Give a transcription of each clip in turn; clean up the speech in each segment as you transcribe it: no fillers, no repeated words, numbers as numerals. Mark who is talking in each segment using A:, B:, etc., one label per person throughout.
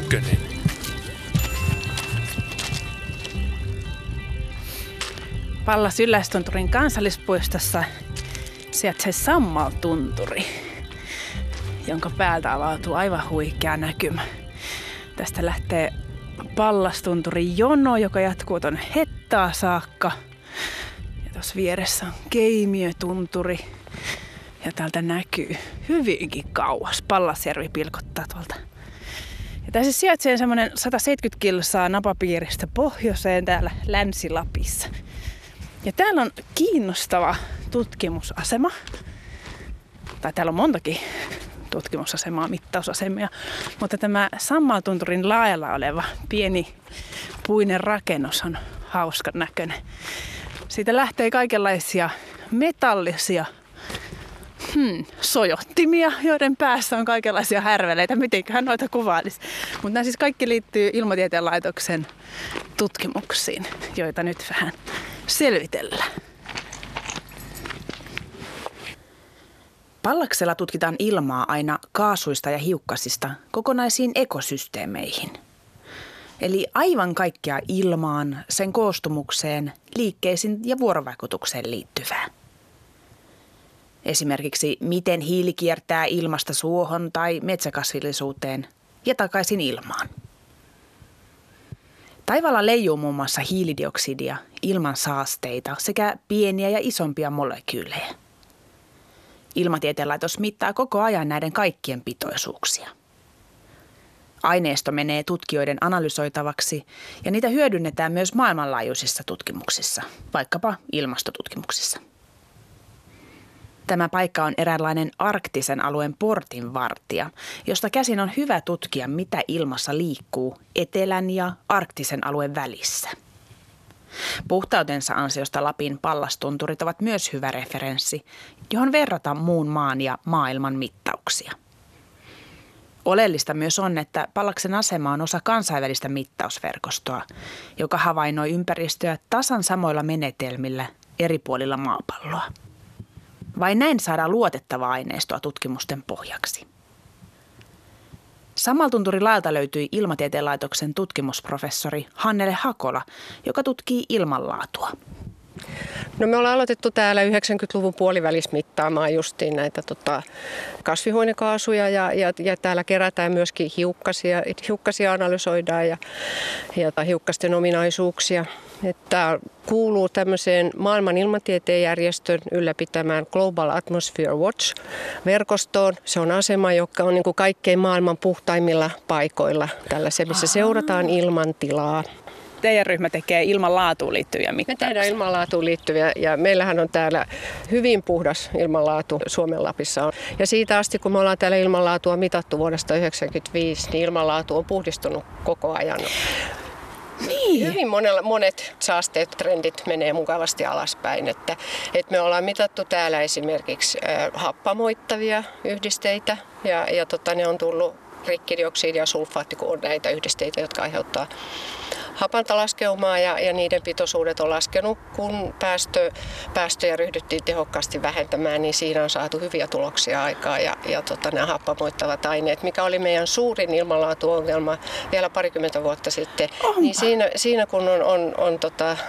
A: ykkönen.
B: Pallas-Yllästunturin kansallispuistossa sijaitsee Sammaltunturi, jonka päältä avautuu aivan huikea näkymä. Tästä lähtee Pallastunturin jono, joka jatkuu tuonne Hettaa saakka. Ja tuossa vieressä on Keimiötunturi. Ja täältä näkyy hyvinkin kauas. Pallasjärvi pilkottaa tuolta. Ja tässä sijaitsee semmoinen 170 kilsaa napapiiristä pohjoiseen täällä Länsi-Lapissa. Ja täällä on kiinnostava tutkimusasema. Tai täällä on montakin tutkimusasemaa, mittausasemia. Mutta tämä Sammaltunturin laajalla oleva pieni puinen rakennus on hauskan näköinen. Siitä lähtee kaikenlaisia metallisia sojottimia, joiden päässä on kaikenlaisia härveleitä. Mitenköhän noita kuvailisi. Mutta nämä siis kaikki liittyy Ilmatieteen laitoksen tutkimuksiin, joita nyt vähän selvitellään. Pallaksella tutkitaan ilmaa aina kaasuista ja hiukkasista kokonaisiin ekosysteemeihin. Eli aivan kaikkea ilmaan, sen koostumukseen, liikkeisiin ja vuorovaikutukseen liittyvää. Esimerkiksi miten hiili kiertää ilmasta suohon tai metsäkasvillisuuteen ja takaisin ilmaan. Taivaalla leijuu muun muassa hiilidioksidia, ilmansaasteita sekä pieniä ja isompia molekyylejä. Ilmatieteen laitos mittaa koko ajan näiden kaikkien pitoisuuksia. Aineisto menee tutkijoiden analysoitavaksi ja niitä hyödynnetään myös maailmanlaajuisissa tutkimuksissa, vaikkapa ilmastotutkimuksissa. Tämä paikka on eräänlainen arktisen alueen portinvartija, josta käsin on hyvä tutkia, mitä ilmassa liikkuu etelän ja arktisen alueen välissä. Puhtautensa ansiosta Lapin pallastunturit ovat myös hyvä referenssi, johon verrata muun maan ja maailman mittauksia. Oleellista myös on, että Pallaksen asema on osa kansainvälistä mittausverkostoa, joka havainnoi ympäristöä tasan samoilla menetelmillä eri puolilla maapalloa. Vain näin saadaan luotettavaa aineistoa tutkimusten pohjaksi. Sammaltunturin laelta löytyi Ilmatieteen laitoksen tutkimusprofessori Hannele Hakola, joka tutkii ilmanlaatua.
C: No me ollaan aloitettu täällä 90-luvun puolivälissä mittaamaan justiin näitä kasvihuonekaasuja ja täällä kerätään myöskin hiukkasia analysoidaan ja hiukkasten ominaisuuksia. Tämä kuuluu tämmöiseen maailman ilmatieteen järjestön ylläpitämään Global Atmosphere Watch-verkostoon. Se on asema, joka on niin kuin kaikkein maailman puhtaimmilla paikoilla tällaisia, missä seurataan ilmantilaa.
B: Teidän ryhmä tekee ilmanlaatuun liittyviä mittauksia.
C: Me tehdään ilmanlaatuun liittyviä ja meillähän on täällä hyvin puhdas ilmanlaatu Suomen Lapissa. Ja siitä asti, kun me ollaan täällä ilmanlaatua mitattu vuodesta 1995, niin ilmanlaatu on puhdistunut koko ajan.
B: Niin.
C: Hyvin monet saasteet, trendit menee mukavasti alaspäin. Että me ollaan mitattu täällä esimerkiksi happamoittavia yhdisteitä ja ne on tullut rikkidioksidi ja sulfaatti, kun on näitä yhdisteitä, jotka aiheuttaa hapantalaskeumaa ja niiden pitoisuudet on laskenut. Kun päästöjä ryhdyttiin tehokkaasti vähentämään, niin siinä on saatu hyviä tuloksia aikaa ja nämä happamoittavat aineet, mikä oli meidän suurin ilmanlaatuongelma vielä parikymmentä vuotta sitten, niin siinä kun on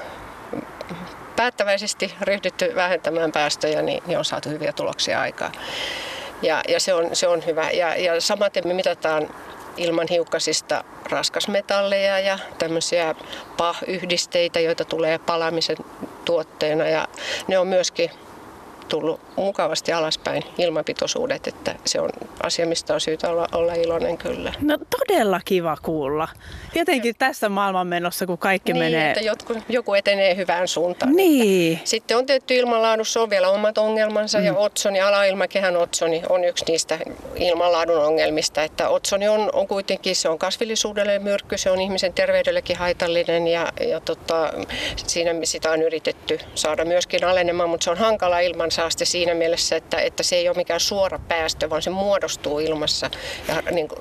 C: päättäväisesti ryhdytty vähentämään päästöjä, niin on saatu hyviä tuloksia aikaa. Ja se on hyvä. Ja samaten me mitataan ilman hiukkasista raskasmetalleja ja tämmöisiä PAH-yhdisteitä, joita tulee palamisen tuotteena. Ja ne on myöskin tullut mukavasti alaspäin ilmapitoisuudet, että se on asia, mistä on syytä olla iloinen kyllä.
B: No todella kiva kuulla. Tietenkin tässä maailmanmenossa, kun kaikki menee...
C: Että joku etenee hyvään suuntaan.
B: Niin.
C: Sitten on tietty ilmanlaadussa on vielä omat ongelmansa ja otsoni, alailmakehän otsoni on yksi niistä ilmanlaadun ongelmista. Että otsoni on kuitenkin, se on kasvillisuudelle myrkky, se on ihmisen terveydellekin haitallinen ja siinä sitä on yritetty saada myöskin alenemaan, mutta se on hankala ilmansaaste siinä mielessä, että se ei ole mikään suora päästö, vaan se muodostuu ilmassa ja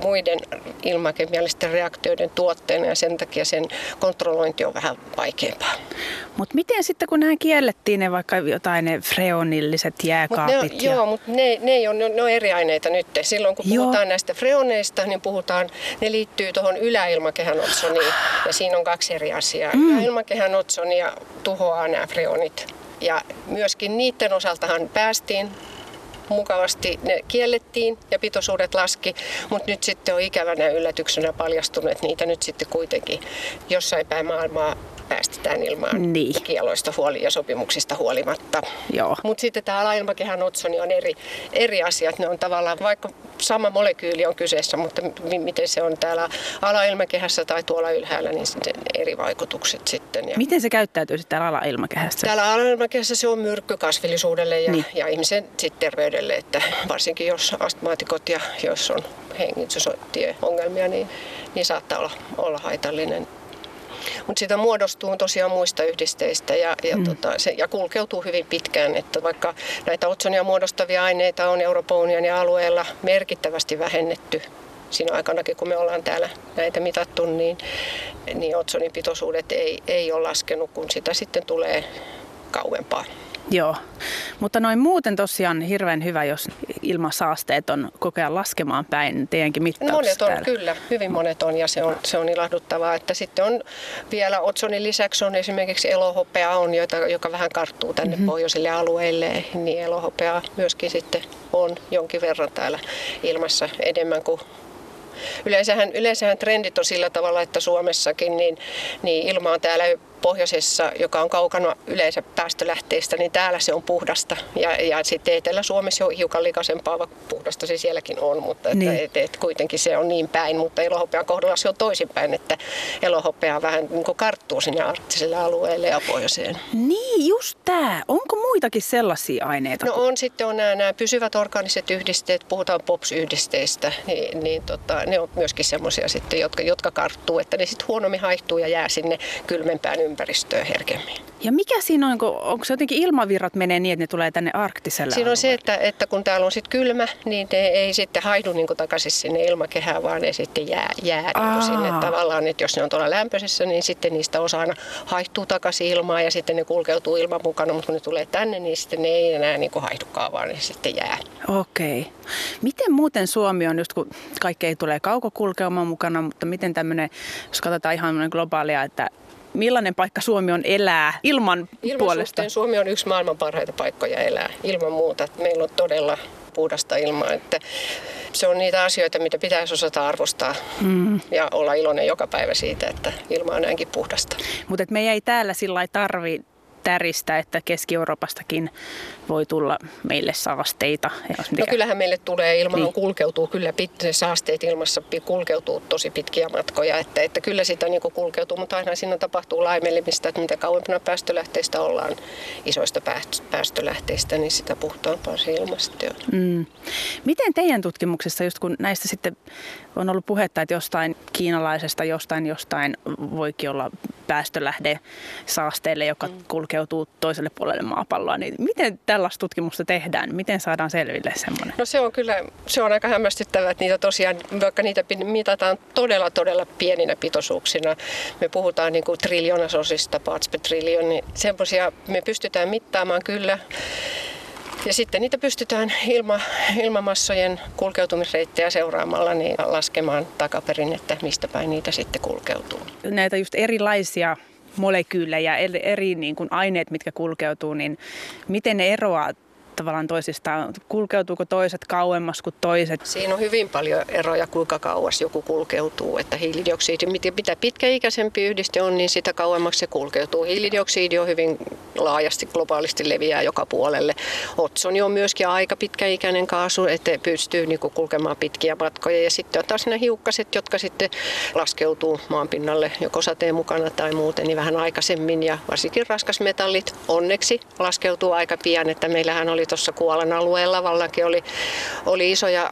C: muiden ilmakemiallisten reaktioiden tuotteena ja sen takia sen kontrollointi on vähän vaikeampaa.
B: Mutta miten sitten, kun nämä kiellettiin, ne vaikka jotain ne freonilliset jääkaapit?
C: Mutta ne on eri aineita nyt. Silloin kun puhutaan näistä freoneista, niin ne liittyy tuohon yläilmakehän otsoniin. Ja siinä on 2 eri asiaa. Yläilmakehän otsonia tuhoaa nämä freonit. Ja myöskin niiden osaltahan päästiin mukavasti, ne kiellettiin ja pitoisuudet laski, mutta nyt sitten on ikävänä yllätyksenä paljastunut, että niitä nyt sitten kuitenkin jossain päin maailmaa päästetään ilmaan kielloista ja sopimuksista huolimatta. Mutta sitten tämä alailmakehän otsoni on eri asiat. Ne on tavallaan, vaikka sama molekyyli on kyseessä, mutta miten se on täällä alailmakehässä tai tuolla ylhäällä, niin eri vaikutukset sitten.
B: Miten se käyttäytyy sitten täällä alailmakehässä?
C: Täällä alailmakehässä se on myrkky kasvillisuudelle ja ihmisen sitten terveydelle, että varsinkin jos astmaatikot ja jos on hengitystieongelmia, niin saattaa olla haitallinen. Mutta sitä muodostuu tosiaan muista yhdisteistä ja kulkeutuu hyvin pitkään, että vaikka näitä otsonia muodostavia aineita on Euroopan unionin alueella merkittävästi vähennetty siinä aikanakin, kun me ollaan täällä näitä mitattu, niin otsonin pitoisuudet ei ole laskenut, kun sitä sitten tulee kauempaa.
B: Joo, mutta noin muuten tosiaan hirveän hyvä, jos ilmansaasteet on koko ajan laskemaan päin teidänkin mittauksessa.
C: Monet on
B: täällä.
C: kyllä, hyvin monet on ja se on ilahduttavaa, että sitten on vielä otsonin lisäksi on esimerkiksi elohopea joka vähän karttuu tänne pohjoisille alueille, niin elohopea myöskin sitten on jonkin verran täällä ilmassa enemmän kuin Yleensähän trendit on sillä tavalla, että Suomessakin niin ilma on täällä pohjoisessa, joka on kaukana yleensä päästölähteistä, niin täällä se on puhdasta. Ja sitten Etelä-Suomessa on hiukan likaisempaa, vaikka puhdasta se sielläkin on, mutta et kuitenkin se on niin päin. Mutta elohopean kohdalla se on toisinpäin, että elohopea vähän niin kuin karttuu sinne arktiselle alueelle ja pohjoiseen.
B: Niin, just tämä. Onko muitakin sellaisia aineita?
C: No sitten on nämä pysyvät orgaaniset yhdisteet, puhutaan POPs-yhdisteistä, ne on myöskin semmoisia sitten, jotka karttuu, että ne sitten huonommin haihtuu ja jää sinne kylmempään ympäristöön herkemmin.
B: Ja mikä siinä on, onko se jotenkin ilmavirrat menee niin, että ne tulee tänne arktiselle
C: Siinä on
B: alueelle?
C: se, että kun täällä on sitten kylmä, niin ne ei sitten haihdu niin kuin takaisin sinne ilmakehään, vaan ne sitten jää niin sinne tavallaan, että jos ne on tuolla lämpöisessä, niin sitten niistä osa aina haihtuu takaisin ilmaan ja sitten ne kulkeutuu ilman mukana, mutta kun ne tulee tänne, niin sitten ne ei enää niin kuin haihdukaan, vaan ne sitten jää.
B: Okei. Miten muuten Suomi on, just kun kaikki ei tule kaukokulkeumaan mukana, mutta miten tämmöinen, jos katsotaan ihan globaalia, että millainen paikka Suomi on elää ilman puolesta?
C: Suomi on yksi maailman parhaita paikkoja elää ilman muuta. Meillä on todella puhdasta ilmaa. Että se on niitä asioita, mitä pitäisi osata arvostaa ja olla iloinen joka päivä siitä, että ilma on näinkin puhdasta.
B: Mutta me ei täällä sillä lailla tarvitse täristä, että Keski-Euroopastakin voi tulla meille saasteita.
C: No kyllähän meille tulee, ilmaan kulkeutuu kyllä, saasteet ilmassa kulkeutuu tosi pitkiä matkoja, että kyllä sitä niin kuin kulkeutuu, mutta aina siinä tapahtuu laimelimistä, että mitä kauempana päästölähteistä ollaan, isoista päästölähteistä, niin sitä puhtaampaa se ilmasta.
B: Miten teidän tutkimuksessa, just kun näistä sitten on ollut puhetta, että jostain kiinalaisesta jostain voikin olla päästölähde saasteelle, joka kulkeutuu toiselle puolelle maapalloa, niin miten tällaista tutkimusta tehdään? Miten saadaan selville semmoinen?
C: No se on aika hämmästyttävää, että niitä tosiaan, vaikka niitä mitataan todella pieninä pitoisuuksina, me puhutaan niin kuin triljoonasosista, parts per trillion, niin semmoisia me pystytään mittaamaan kyllä. Ja sitten niitä pystytään ilmamassojen kulkeutumisreittejä seuraamalla niin laskemaan takaperin, että mistä päin niitä sitten kulkeutuu.
B: Näitä just erilaisia molekyylejä, eri niin kuin aineet, mitkä kulkeutuu, niin miten ne eroaa tavallaan toisistaan? Kulkeutuuko toiset kauemmas kuin toiset?
C: Siinä on hyvin paljon eroja, kuinka kauas joku kulkeutuu. Että hiilidioksidi, mitä pitkäikäisempi yhdiste on, niin sitä kauemmaksi se kulkeutuu. Hiilidioksidi on hyvin laajasti, globaalisti leviää joka puolelle. Otsoni on myöskin aika pitkäikäinen kaasu, että pystyy niin kuin kulkemaan pitkiä matkoja. Ja sitten on taas ne hiukkaset, jotka sitten laskeutuu maanpinnalle joko sateen mukana tai muuten niin vähän aikaisemmin. Ja varsinkin raskasmetallit onneksi laskeutuu aika pian, että meillähän oli tuossa Kuolan alueella vallankin oli isoja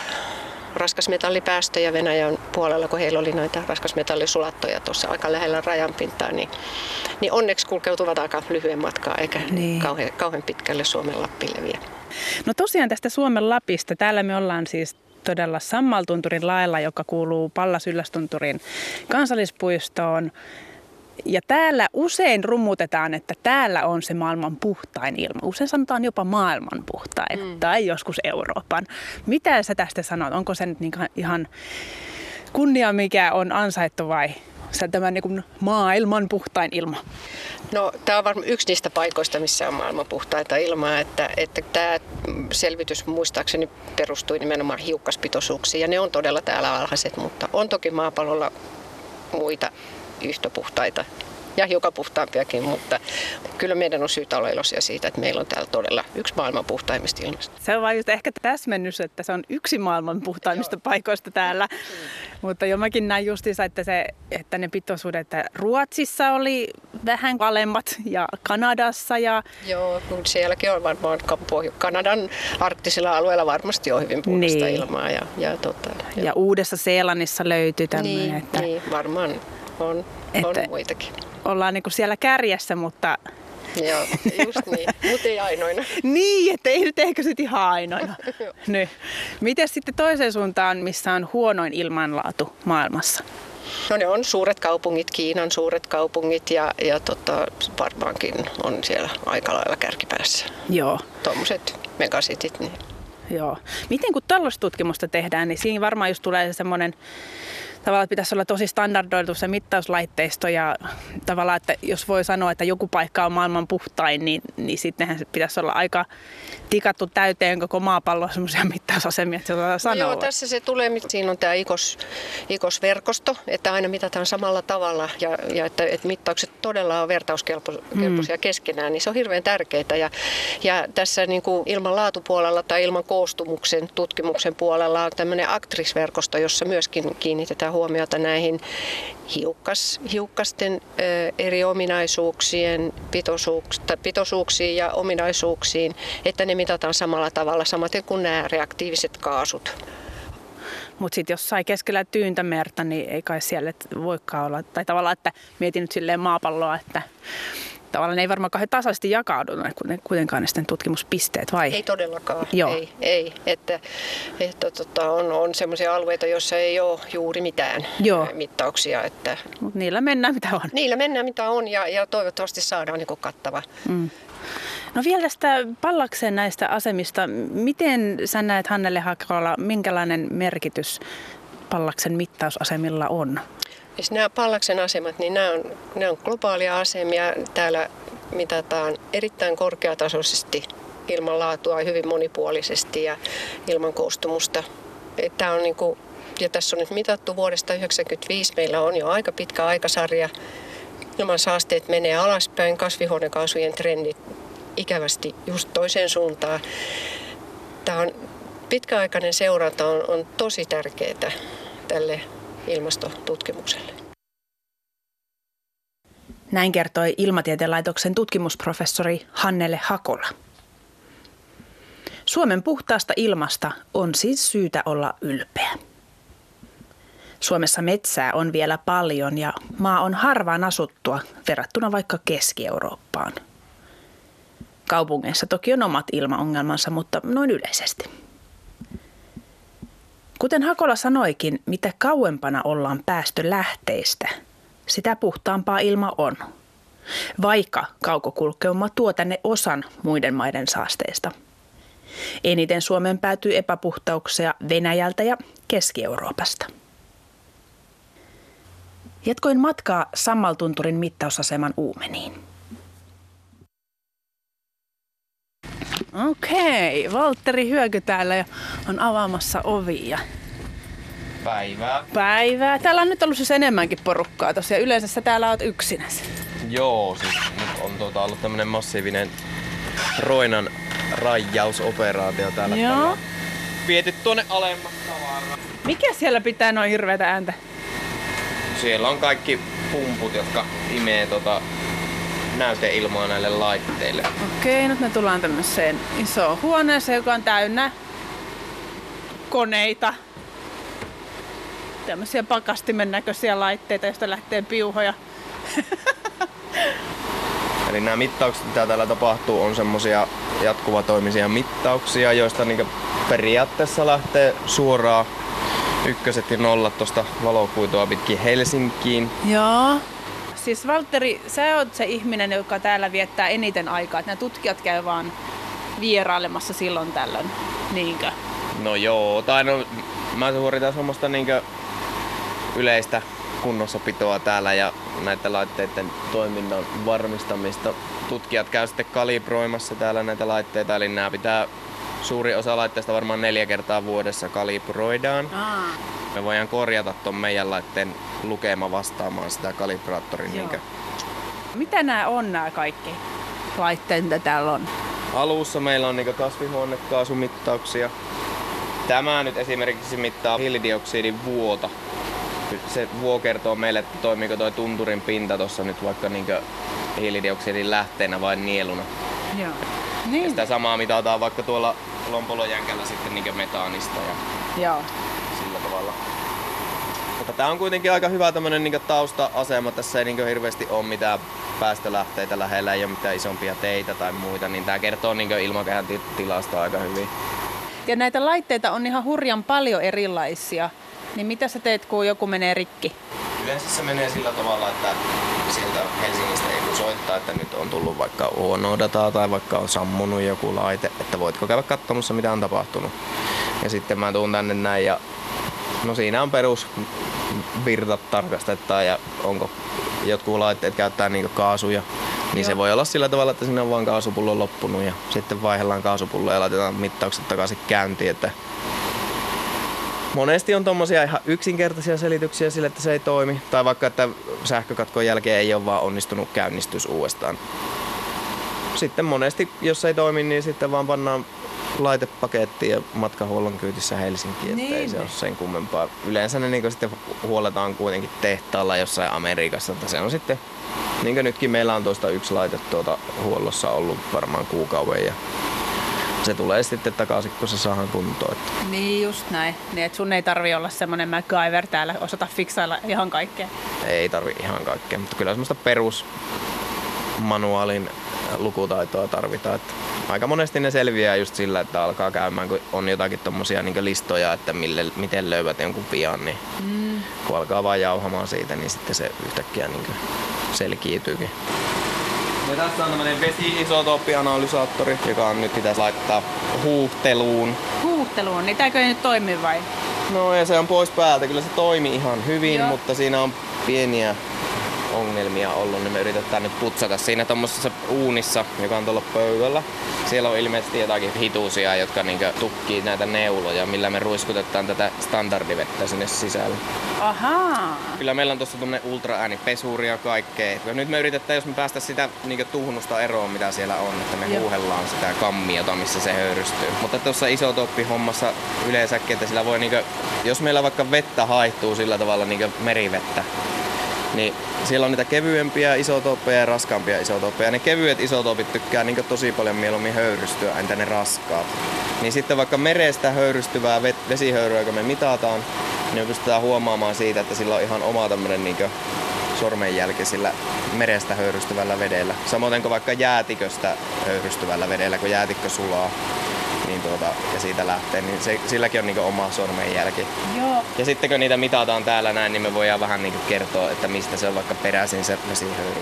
C: raskasmetallipäästöjä Venäjän puolella, kun heillä oli näitä raskasmetallisulattoja tuossa aika lähellä rajanpintaa, niin onneksi kulkeutuvat aika lyhyen matkaa, eikä kauhean pitkälle Suomen Lappiin leviä.
B: No tosiaan tästä Suomen Lapista, täällä me ollaan siis todella Sammaltunturin laella, joka kuuluu Pallas-Yllästunturin kansallispuistoon. Ja täällä usein rummutetaan, että täällä on se maailman puhtain ilma. Usein sanotaan jopa maailman puhtain tai joskus Euroopan. Mitä sä tästä sanot? Onko se nyt ihan kunnia, mikä on ansaittu vai se tämä niin kuin maailman puhtain ilma?
C: No, tämä on varmaan yksi niistä paikoista, missä on maailman puhtaita ilmaa. Että tämä selvitys muistaakseni perustui nimenomaan hiukkaspitoisuuksiin. Ja ne on todella täällä alhaiset, mutta on toki maapallolla muita yhtä puhtaita ja hiukan puhtaampiakin, mutta kyllä meidän on syytä olla iloisia siitä, että meillä on täällä todella yksi maailman puhtaimmista ilmasta.
B: Se on vain just ehkä täsmennys, että se on yksi maailman puhtaimmista paikoista täällä, mutta jo mäkin näin justiinsa, että ne pitoisuudet Ruotsissa oli vähän alemmat ja Kanadassa.
C: Joo, kun sielläkin on varmaan Kanadan arktisilla alueilla varmasti on hyvin puhdasta ilmaa.
B: Ja Uudessa-Seelannissa löytyy tämmöinen.
C: Niin, varmaan on muitakin.
B: Ollaan niin kuin siellä kärjessä, mutta...
C: Joo, just niin, mutta ei ainoina.
B: Niin, että ei nyt ehkä sitten ihan ainoina. Miten sitten toiseen suuntaan, missä on huonoin ilmanlaatu maailmassa?
C: No ne on suuret kaupungit, Kiinan suuret kaupungit ja varmaankin on siellä aika lailla kärkipäässä.
B: Joo.
C: Tuommoiset megasitit. Niin.
B: Joo. Miten kun tällaista tutkimusta tehdään, niin siinä varmaan just tulee semmoinen... Tavallaan pitäisi olla tosi standardoitu se mittauslaitteisto ja tavallaan, että jos voi sanoa, että joku paikka on maailman puhtain, niin sittenhän se pitäisi olla aika tikattu täyteen koko maapallo semmoisia mittausasemia, että se voidaan sanoa.
C: Joo, tässä se tulee, siinä on tämä ICOS-verkosto, että aina mitataan samalla tavalla ja että mittaukset todella on vertauskelpoisia keskenään, niin se on hirveän tärkeää. Ja tässä niin kuin ilman laatupuolella tai ilman koostumuksen tutkimuksen puolella on tämmöinen ACTRIS-verkosto, jossa myöskin kiinnitetään huomiota näihin hiukkasten eri ominaisuuksien pitoisuuksiin ja ominaisuuksiin, että ne mitataan samalla tavalla, samaten kuin nämä reaktiiviset kaasut.
B: Mutta sitten jos sai keskellä tyyntämerta, niin ei kai siellä voikaan olla. Tai tavallaan, että mietin nyt silleen maapalloa, että tavallaan ne ei varmaan kauhean tasaisesti jakaudu kuitenkaan ne sitten tutkimuspisteet, vai?
C: Ei todellakaan,
B: Joo.
C: ei. Että on sellaisia alueita, joissa ei ole juuri mitään mittauksia.
B: Mutta niillä mennään mitä on.
C: Niillä mennään mitä on ja toivottavasti saadaan niin kattava.
B: No vielä tästä Pallaksen näistä asemista. Miten sä näet, Hannele Hakola, minkälainen merkitys Pallaksen mittausasemilla on?
C: Nämä Pallaksen asemat, niin nämä on globaalia asemia. Täällä mitataan erittäin korkeatasoisesti ilmanlaatua hyvin monipuolisesti ja ilman koostumusta. Tämä on ja tässä on nyt mitattu vuodesta 1995. Meillä on jo aika pitkä aikasarja. Ilman saasteet menee alaspäin, kasvihuonekaasujen trendit ikävästi just toiseen suuntaan. Tämä on pitkäaikainen seuranta on tosi tärkeää tälle ilmastotutkimukselle.
B: Näin kertoi Ilmatieteen laitoksen tutkimusprofessori Hannele Hakola. Suomen puhtaasta ilmasta on siis syytä olla ylpeä. Suomessa metsää on vielä paljon ja maa on harvaan asuttua verrattuna vaikka Keski-Eurooppaan. Kaupungeissa toki on omat ilmaongelmansa, mutta noin yleisesti. Kuten Hakola sanoikin, mitä kauempana ollaan päästölähteistä, sitä puhtaampaa ilma on. Vaikka kaukokulkeuma tuo tänne osan muiden maiden saasteista. Eniten Suomeen päätyy epäpuhtauksia Venäjältä ja Keski-Euroopasta. Jatkoin matkaa Sammaltunturin mittausaseman uumeniin. Okei, Valtteri Hyöky täällä ja on avaamassa ovia. Päivää. Täällä on nyt ollut siis enemmänkin porukkaa tosiaan. Yleensä sä täällä oot yksinäsi.
A: Joo, siis nyt on ollut tämmönen massiivinen roinan raijausoperaatio täällä.
B: Joo.
A: Viety tuonne alemmas tavaraa.
B: Mikä siellä pitää noin hirveätä ääntä?
A: Siellä on kaikki pumput, jotka imee näyteilmaa näille laitteille.
B: Okei, nyt me tullaan tämmöiseen isoon huoneeseen, joka on täynnä koneita. Tämmöisiä pakastimen näköisiä laitteita, joista lähtee piuhoja.
A: Eli nämä mittaukset, mitä täällä tapahtuu, on semmosia jatkuvatoimisia mittauksia, joista niinku periaatteessa lähtee suoraan ykköset ja nollat tuosta valokuitua pitkin Helsinkiin.
B: Joo. Siis Valtteri, sä oot se ihminen, joka täällä viettää eniten aikaa. Että nämä tutkijat käy vaan vierailemassa silloin tällöin, niinkö?
A: No joo, tai no mä suoritan semmoista niinkö yleistä kunnossapitoa täällä ja näiden laitteiden toiminnan varmistamista. Tutkijat käy sitten kalibroimassa täällä näitä laitteita, eli nämä pitää suuri osa laitteista varmaan 4 kertaa vuodessa kalibroidaan. Me voidaan korjata ton meidän laitteen lukema vastaamaan sitä kalibraattorin. Niinkö.
B: Mitä nämä on nämä kaikki laitteet, mitä täällä on?
A: Alussa meillä on niinkö kasvihuonekaasumittauksia. Tämä nyt esimerkiksi mittaa hiilidioksidin vuota. Se vuo kertoo meille, että toimiiko toi tunturin pinta tuossa nyt vaikka niinkö hiilidioksidin lähteenä vai nieluna.
B: Joo.
A: Ja
B: Niin.
A: sitä samaa mitataan vaikka tuolla lompolojänkällä sitten niinkö metaanista ja
B: Joo.
A: sillä tavalla. Mutta tää on kuitenkin aika hyvä tämmönen niinkö tausta-asema. Tässä ei niinkö hirveästi ole mitään päästölähteitä lähellä, ei ole mitään isompia teitä tai muita, niin tää kertoo niinkö ilmakehän tilasta aika hyvin.
B: Ja näitä laitteita on ihan hurjan paljon erilaisia. Niin mitä sä teet, kun joku menee rikki?
A: Yleensä se menee sillä tavalla, että sieltä Helsingistä ei soittaa, että nyt on tullut vaikka huonoa dataa tai vaikka on sammunut joku laite, että voitko käydä katsomassa mitä on tapahtunut. Ja sitten mä tuun tänne näin ja no siinä on perusvirtat tarkastetaan ja onko jotkut laitteet käyttää niinku kaasuja. Niin se voi olla sillä tavalla, että siinä on vaan kaasupullo loppunut ja sitten vaihdellaan kaasupullo ja laitetaan mittaukset takaisin käyntiin. Että monesti on tommosia ihan yksinkertaisia selityksiä sille, että se ei toimi. Tai vaikka, että sähkökatkon jälkeen ei ole vaan onnistunut käynnistys uudestaan. Sitten monesti, jos ei toimi, niin sitten vaan pannaan laitepakettiin ja matkahuollon kyytissä Helsinkiin,
B: Niin.
A: ettei se ole sen kummempaa. Yleensä ne niin sitten huoletaan kuitenkin tehtaalla jossain Amerikassa, että se on sitten, niin kuin nytkin meillä on tuosta yksi laite huollossa ollut varmaan kuukauden ja se tulee sitten takaisin, kun se saadaan kuntoon. Että
B: Niin just näin. Niin, että sun ei tarvi olla semmonen MacGyver täällä, osata fiksailla ihan kaikkea.
A: ei tarvi ihan kaikkea, mutta kyllä semmoista perusmanuaalin lukutaitoa tarvitaan. Että aika monesti ne selviää just sillä, että alkaa käymään, kun on jotakin tommosia niin listoja, että miten löydät jonkun pian, niin kun alkaa vaan jauhamaan siitä, niin sitten se yhtäkkiä niin selkiytyykin. Ja tässä on tämmönen vesi-isotooppianalysaattori, joka on nyt pitäisi laittaa huuhteluun.
B: Huuhteluun, niin tääkö ei nyt toimi vai?
A: No ja se on pois päältä, kyllä se toimii ihan hyvin,
B: Joo.
A: mutta siinä on pieniä ongelmia ollut, niin me yritetään nyt putsata siinä tommosessa uunissa, joka on tuolla pöydällä. Siellä on ilmeisesti jotakin hitusia, jotka niinkö tukkii näitä neuloja, millä me ruiskutetaan tätä standardivettä sinne sisälle.
B: Ahaa.
A: Kyllä meillä on tuossa tuommoinen ultraäänipesuri ja kaikkea. Ja nyt me yritetään, jos me päästä sitä niinkö tuhnusta eroon, mitä siellä on, että me huuhellaan sitä kammiota, missä se höyrystyy. Mutta tuossa isotoppihommassa yleensäkin, että sillä voi niinkö, jos meillä vaikka vettä haihtuu sillä tavalla niinkö merivettä, niin siellä on niitä kevyempiä isotoppeja ja raskaampia isotoppeja. Ne kevyet isotopit tykkää niin tosi paljon mieluummin höyrystyä, entä ne raskaat. Niin sitten vaikka merestä höyrystyvää vesihöyryä, kun me mitataan, niin me pystytään huomaamaan siitä, että sillä on ihan oma tämmönen niin sormenjälki sillä merestä höyrystyvällä vedellä. Samoin kuin vaikka jäätiköstä höyrystyvällä vedellä, kun jäätikkö sulaa niin ja siitä lähtee, niin silläkin on niin oma sormenjälki.
B: Joo.
A: Ja sitten kun niitä mitataan täällä näin, niin me voidaan vähän niin kertoa, että mistä se on vaikka peräisin se vesihöyry.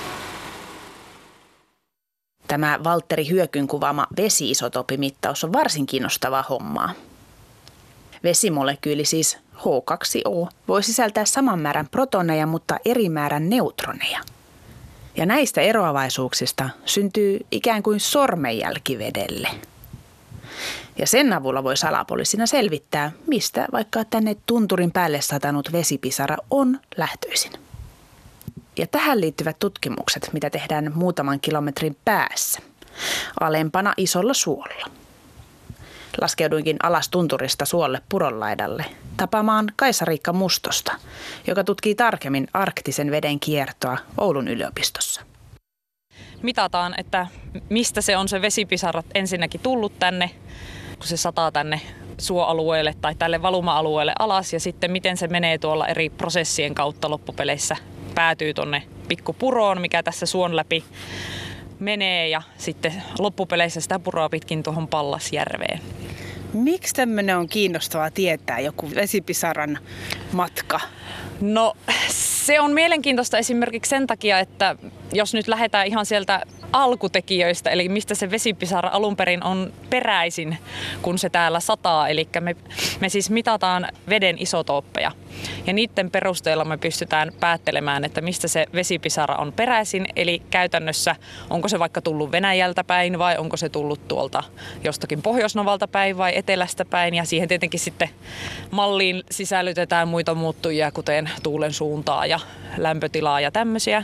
B: Tämä Valtteri Hyökyn kuvaama vesi-isotopimittaus on varsin kiinnostavaa hommaa. Vesimolekyyli, siis H2O, voi sisältää saman määrän protoneja, mutta eri määrän neutroneja. Ja näistä eroavaisuuksista syntyy ikään kuin sormenjälki vedelle. Ja sen avulla voi salapoliisina selvittää, mistä vaikka tänne tunturin päälle satanut vesipisara on lähtöisin. Ja tähän liittyvät tutkimukset, mitä tehdään muutaman kilometrin päässä, alempana isolla suolla. Laskeuduinkin alas tunturista suolle puronlaidalle tapaamaan Kaisa-Riikka Mustosta, joka tutkii tarkemmin arktisen veden kiertoa Oulun yliopistossa.
D: Mitataan, että mistä se on se vesipisara ensinnäkin tullut tänne, kun se sataa tänne suoalueelle tai tälle valuma-alueelle alas ja sitten miten se menee tuolla eri prosessien kautta loppupeleissä päätyy tonne pikkupuroon, mikä tässä suon läpi menee ja sitten loppupeleissä sitä puroa pitkin tuohon Pallasjärveen.
B: Miksi tämmöinen on kiinnostavaa tietää, joku vesipisaran matka?
D: No se on mielenkiintoista esimerkiksi sen takia, että jos nyt lähdetään ihan sieltä alkutekijöistä, eli mistä se vesipisara alun perin on peräisin, kun se täällä sataa. Eli me siis mitataan veden isotooppeja ja niiden perusteella me pystytään päättelemään, että mistä se vesipisara on peräisin. Eli käytännössä onko se vaikka tullut Venäjältä päin vai onko se tullut tuolta jostakin Pohjoisnovalta päin vai etelästä päin. Ja siihen tietenkin sitten malliin sisällytetään muita muuttujia, kuten tuulen suuntaa ja lämpötilaa ja tämmöisiä.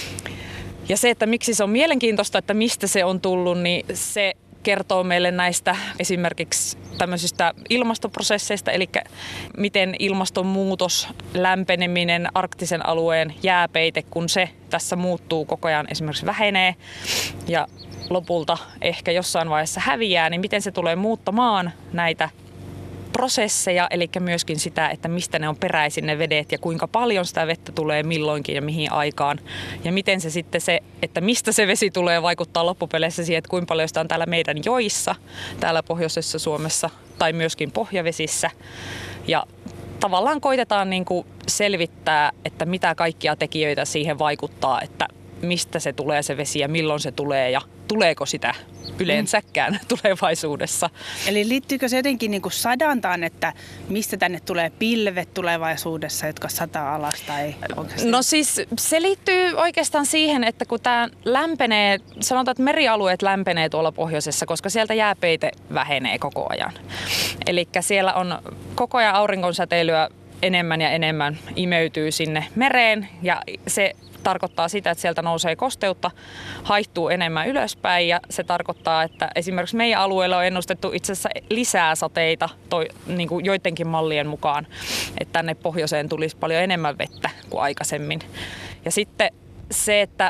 D: Ja se, että miksi se on mielenkiintoista, että mistä se on tullut, niin se kertoo meille näistä esimerkiksi tämmöisistä ilmastoprosesseista, eli miten ilmastonmuutos, lämpeneminen, arktisen alueen jääpeite, kun se tässä muuttuu koko ajan esimerkiksi vähenee ja lopulta ehkä jossain vaiheessa häviää, niin miten se tulee muuttamaan näitä prosesseja, eli myöskin sitä, että mistä ne on peräisin ne vedet ja kuinka paljon sitä vettä tulee milloinkin ja mihin aikaan. Ja miten se sitten se, että mistä se vesi tulee, vaikuttaa loppupeleissä siihen, että kuinka paljon sitä on täällä meidän joissa, täällä pohjoisessa Suomessa tai myöskin pohjavesissä. Ja tavallaan koitetaan niin kuin selvittää, että mitä kaikkia tekijöitä siihen vaikuttaa, että mistä se tulee se vesi ja milloin se tulee ja tuleeko sitä yleensäkään tulevaisuudessa.
B: Eli liittyykö se jotenkin niin kuin sadantaan, että mistä tänne tulee pilvet tulevaisuudessa, jotka sataa alas? Tai
D: no siis se liittyy oikeastaan siihen, että kun tämä lämpenee, sanotaan, että merialueet lämpenee tuolla pohjoisessa, koska sieltä jääpeite vähenee koko ajan. Eli siellä on koko ajan auringonsäteilyä enemmän ja enemmän imeytyy sinne mereen ja se tarkoittaa sitä, että sieltä nousee kosteutta, haihtuu enemmän ylöspäin ja se tarkoittaa, että esimerkiksi meidän alueella on ennustettu itse asiassa lisää sateita niin kuin joidenkin mallien mukaan, että tänne pohjoiseen tulisi paljon enemmän vettä kuin aikaisemmin. Ja sitten se, että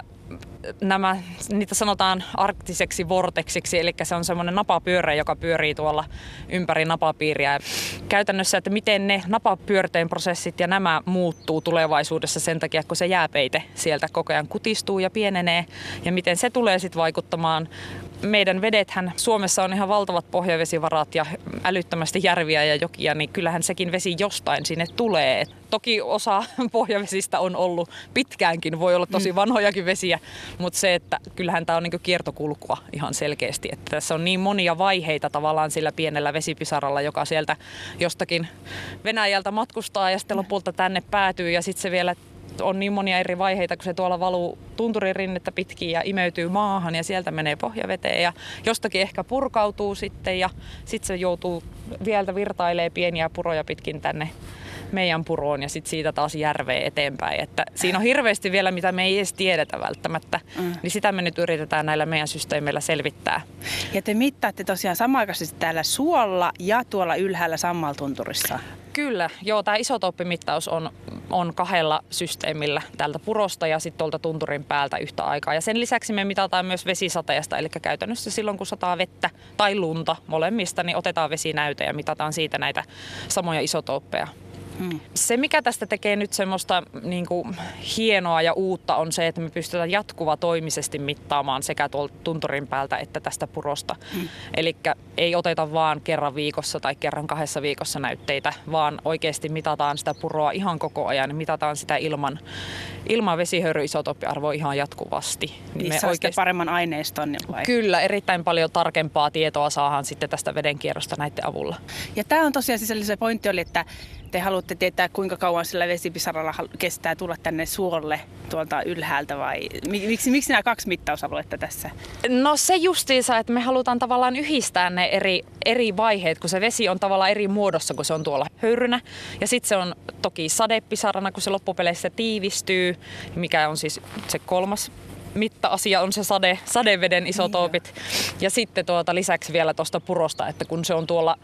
D: niitä sanotaan arktiseksi vorteksiksi, eli se on semmoinen napapyörä, joka pyörii tuolla ympäri napapiiriä. Käytännössä, että miten ne napapyörteen prosessit ja nämä muuttuu tulevaisuudessa sen takia, kun se jääpeite sieltä koko ajan kutistuu ja pienenee, ja miten se tulee sitten vaikuttamaan. Meidän vedethän, Suomessa on ihan valtavat pohjavesivarat ja älyttömästi järviä ja jokia, niin kyllähän sekin vesi jostain sinne tulee. Toki osa pohjavesistä on ollut pitkäänkin, voi olla tosi vanhojakin vesiä, mutta se, että kyllähän tämä on niinku kiertokulkua ihan selkeästi. Että tässä on niin monia vaiheita tavallaan sillä pienellä vesipisaralla, joka sieltä jostakin Venäjältä matkustaa ja sitten lopulta tänne päätyy ja sitten se vielä on niin monia eri vaiheita, kun se tuolla valuu tunturirinnettä pitkin ja imeytyy maahan ja sieltä menee pohjaveteen ja jostakin ehkä purkautuu sitten ja sitten se joutuu vielä virtailee pieniä puroja pitkin tänne meidän puroon ja sitten siitä taas järveen eteenpäin. Että siinä on hirveästi vielä, mitä me ei edes tiedetä välttämättä, niin sitä me nyt yritetään näillä meidän systeemeillä selvittää.
B: Ja te mittaatte tosiaan samanaikaisesti täällä suolla ja tuolla ylhäällä Sammaltunturissa.
D: Kyllä, joo, tämä isotooppimittaus on kahdella systeemillä täältä purosta ja sitten tuolta tunturin päältä yhtä aikaa. Ja sen lisäksi me mitataan myös vesisateesta, eli käytännössä silloin kun sataa vettä tai lunta molemmista, niin otetaan vesinäyte ja mitataan siitä näitä samoja isotooppeja. Se, mikä tästä tekee nyt semmoista niin kuin hienoa ja uutta, on se, että me pystytään jatkuvatoimisesti mittaamaan sekä tuolta tunturin päältä että tästä purosta. Eli ei oteta vaan kerran viikossa tai kerran 2 viikossa näytteitä, vaan oikeasti mitataan sitä puroa ihan koko ajan. Mitataan sitä ilman vesihöyryisotoppiarvoa ihan jatkuvasti.
B: Niin saa oikeasti paremman aineiston vai?
D: Kyllä, erittäin paljon tarkempaa tietoa saadaan sitten tästä vedenkierrosta näiden avulla. Ja
B: tämä on tosiaan se pointti oli, että te haluatte tietää, kuinka kauan sillä vesipisaralla kestää tulla tänne suolle tuolta ylhäältä vai miksi nämä 2 mittausaluetta tässä?
D: No se justiinsa, että me halutaan tavallaan yhdistää ne eri vaiheet, kun se vesi on tavallaan eri muodossa, kun se on tuolla höyrynä. Ja sitten se on toki sadepisarana, kun se loppupeleissä tiivistyy, mikä on siis se 3. mitta-asia on se sadeveden isotoopit. Ja sitten lisäksi vielä tuosta purosta, että kun se on tuolla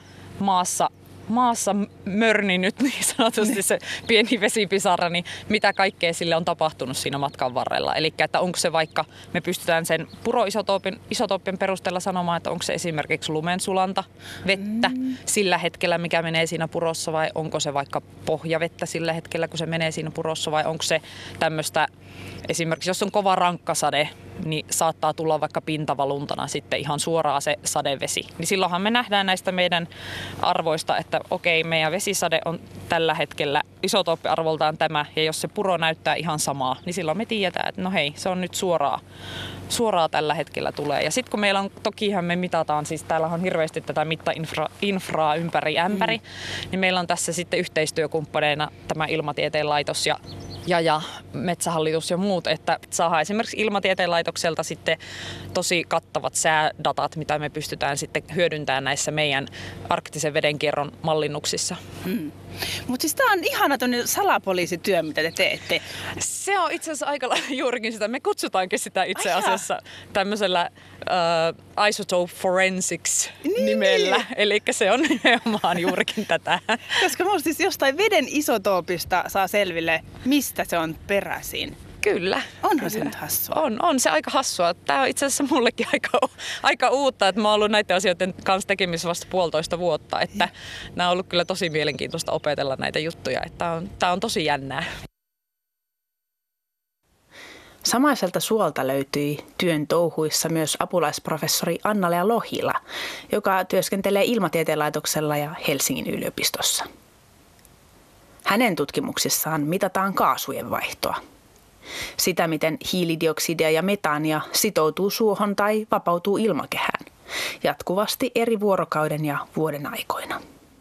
D: maassa mörni nyt niin sanotusti se pieni vesipisara, niin mitä kaikkea sille on tapahtunut siinä matkan varrella. Eli että onko se vaikka, me pystytään sen puroisotooppien perusteella sanomaan, että onko se esimerkiksi lumensulanta vettä sillä hetkellä, mikä menee siinä purossa, vai onko se vaikka pohjavettä sillä hetkellä, kun se menee siinä purossa, vai onko se tämmöistä, esimerkiksi jos on kova rankkasade, niin saattaa tulla vaikka pintavaluntana sitten ihan suoraan se sadevesi. Niin silloinhan me nähdään näistä meidän arvoista, että okei, meidän vesisade on tällä hetkellä isotooppiarvoltaan tämä, ja jos se puro näyttää ihan samaa, niin silloin me tiedetään, että no hei, se on nyt suoraa tällä hetkellä tulee. Ja sitten kun meillä on, tokihan me mitataan, siis täällä on hirveästi tätä mittainfraa ympäri ämpäri, niin meillä on tässä sitten yhteistyökumppaneina tämä Ilmatieteen laitos ja Metsähallitus ja muut, että saadaan esimerkiksi Ilmatieteen laitokselta sitten tosi kattavat säädatat, mitä me pystytään sitten hyödyntämään näissä meidän arktisen vedenkierron mallinnuksissa.
B: Mutta siis tämä on ihana salapoliisityö, mitä te teette.
D: Se on itse asiassa aika juurikin sitä. Me kutsutaankin sitä itse asiassa tämmöisellä isotope forensics nimellä. Eli se on nimenomaan juurikin tätä.
B: Koska minusta siis jostain veden isotoopista saa selville, mistä se on peräisin.
D: Kyllä.
B: Onhan se nyt hassua.
D: On se aika hassua. Tämä on itse asiassa mullekin aika uutta, että mä oon ollut näiden asioiden kanssa tekemisissä vasta 1,5 vuotta. Että nämä on ollut kyllä tosi mielenkiintoista opetella näitä juttuja. Tämä on tosi jännää.
B: Samaiselta suolta löytyi työn touhuissa myös apulaisprofessori Anna-Lea Lohila, joka työskentelee Ilmatieteen laitoksella ja Helsingin yliopistossa. Hänen tutkimuksissaan mitataan kaasujen vaihtoa. Sitä, miten hiilidioksidia ja metaania sitoutuu suohon tai vapautuu ilmakehään, jatkuvasti eri vuorokauden ja vuoden aikoina.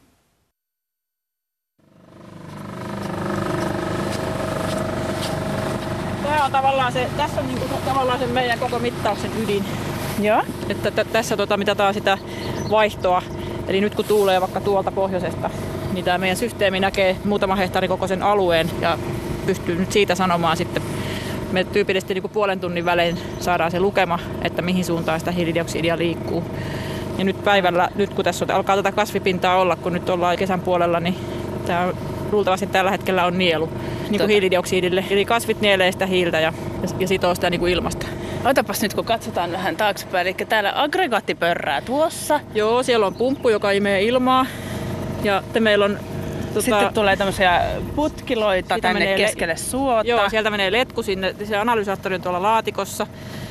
E: Tämä on tavallaan se, tässä on tavallaan se meidän koko mittauksen ydin.
B: Joo.
E: Että tässä mitataan sitä vaihtoa. Eli nyt kun tuulee vaikka tuolta pohjoisesta, niin tämä meidän systeemi näkee muutaman hehtaarin kokoisen alueen ja pystyy nyt siitä sanomaan sitten. Me tyypillisesti niin kuin 0,5 tunnin välein saadaan se lukema, että mihin suuntaan sitä hiilidioksidia liikkuu. Ja nyt päivällä, nyt kun tässä alkaa tätä kasvipintaa olla, kun nyt ollaan kesän puolella, niin tämä luultavasti tällä hetkellä on nielu niin kuin hiilidioksidille. Eli kasvit nielee sitä hiiltä ja sitoo sitä niin kuin ilmasta.
B: Otapas nyt, kun katsotaan vähän taaksepäin. Eli täällä aggregaatti pörrää tuossa.
E: Joo, siellä on pumppu, joka imee ilmaa. Ja meillä on
B: sitten tulee tämmöisiä putkiloita tänne keskelle suota.
E: Joo, sieltä menee letku sinne. Se analysaattori on tuolla laatikossa.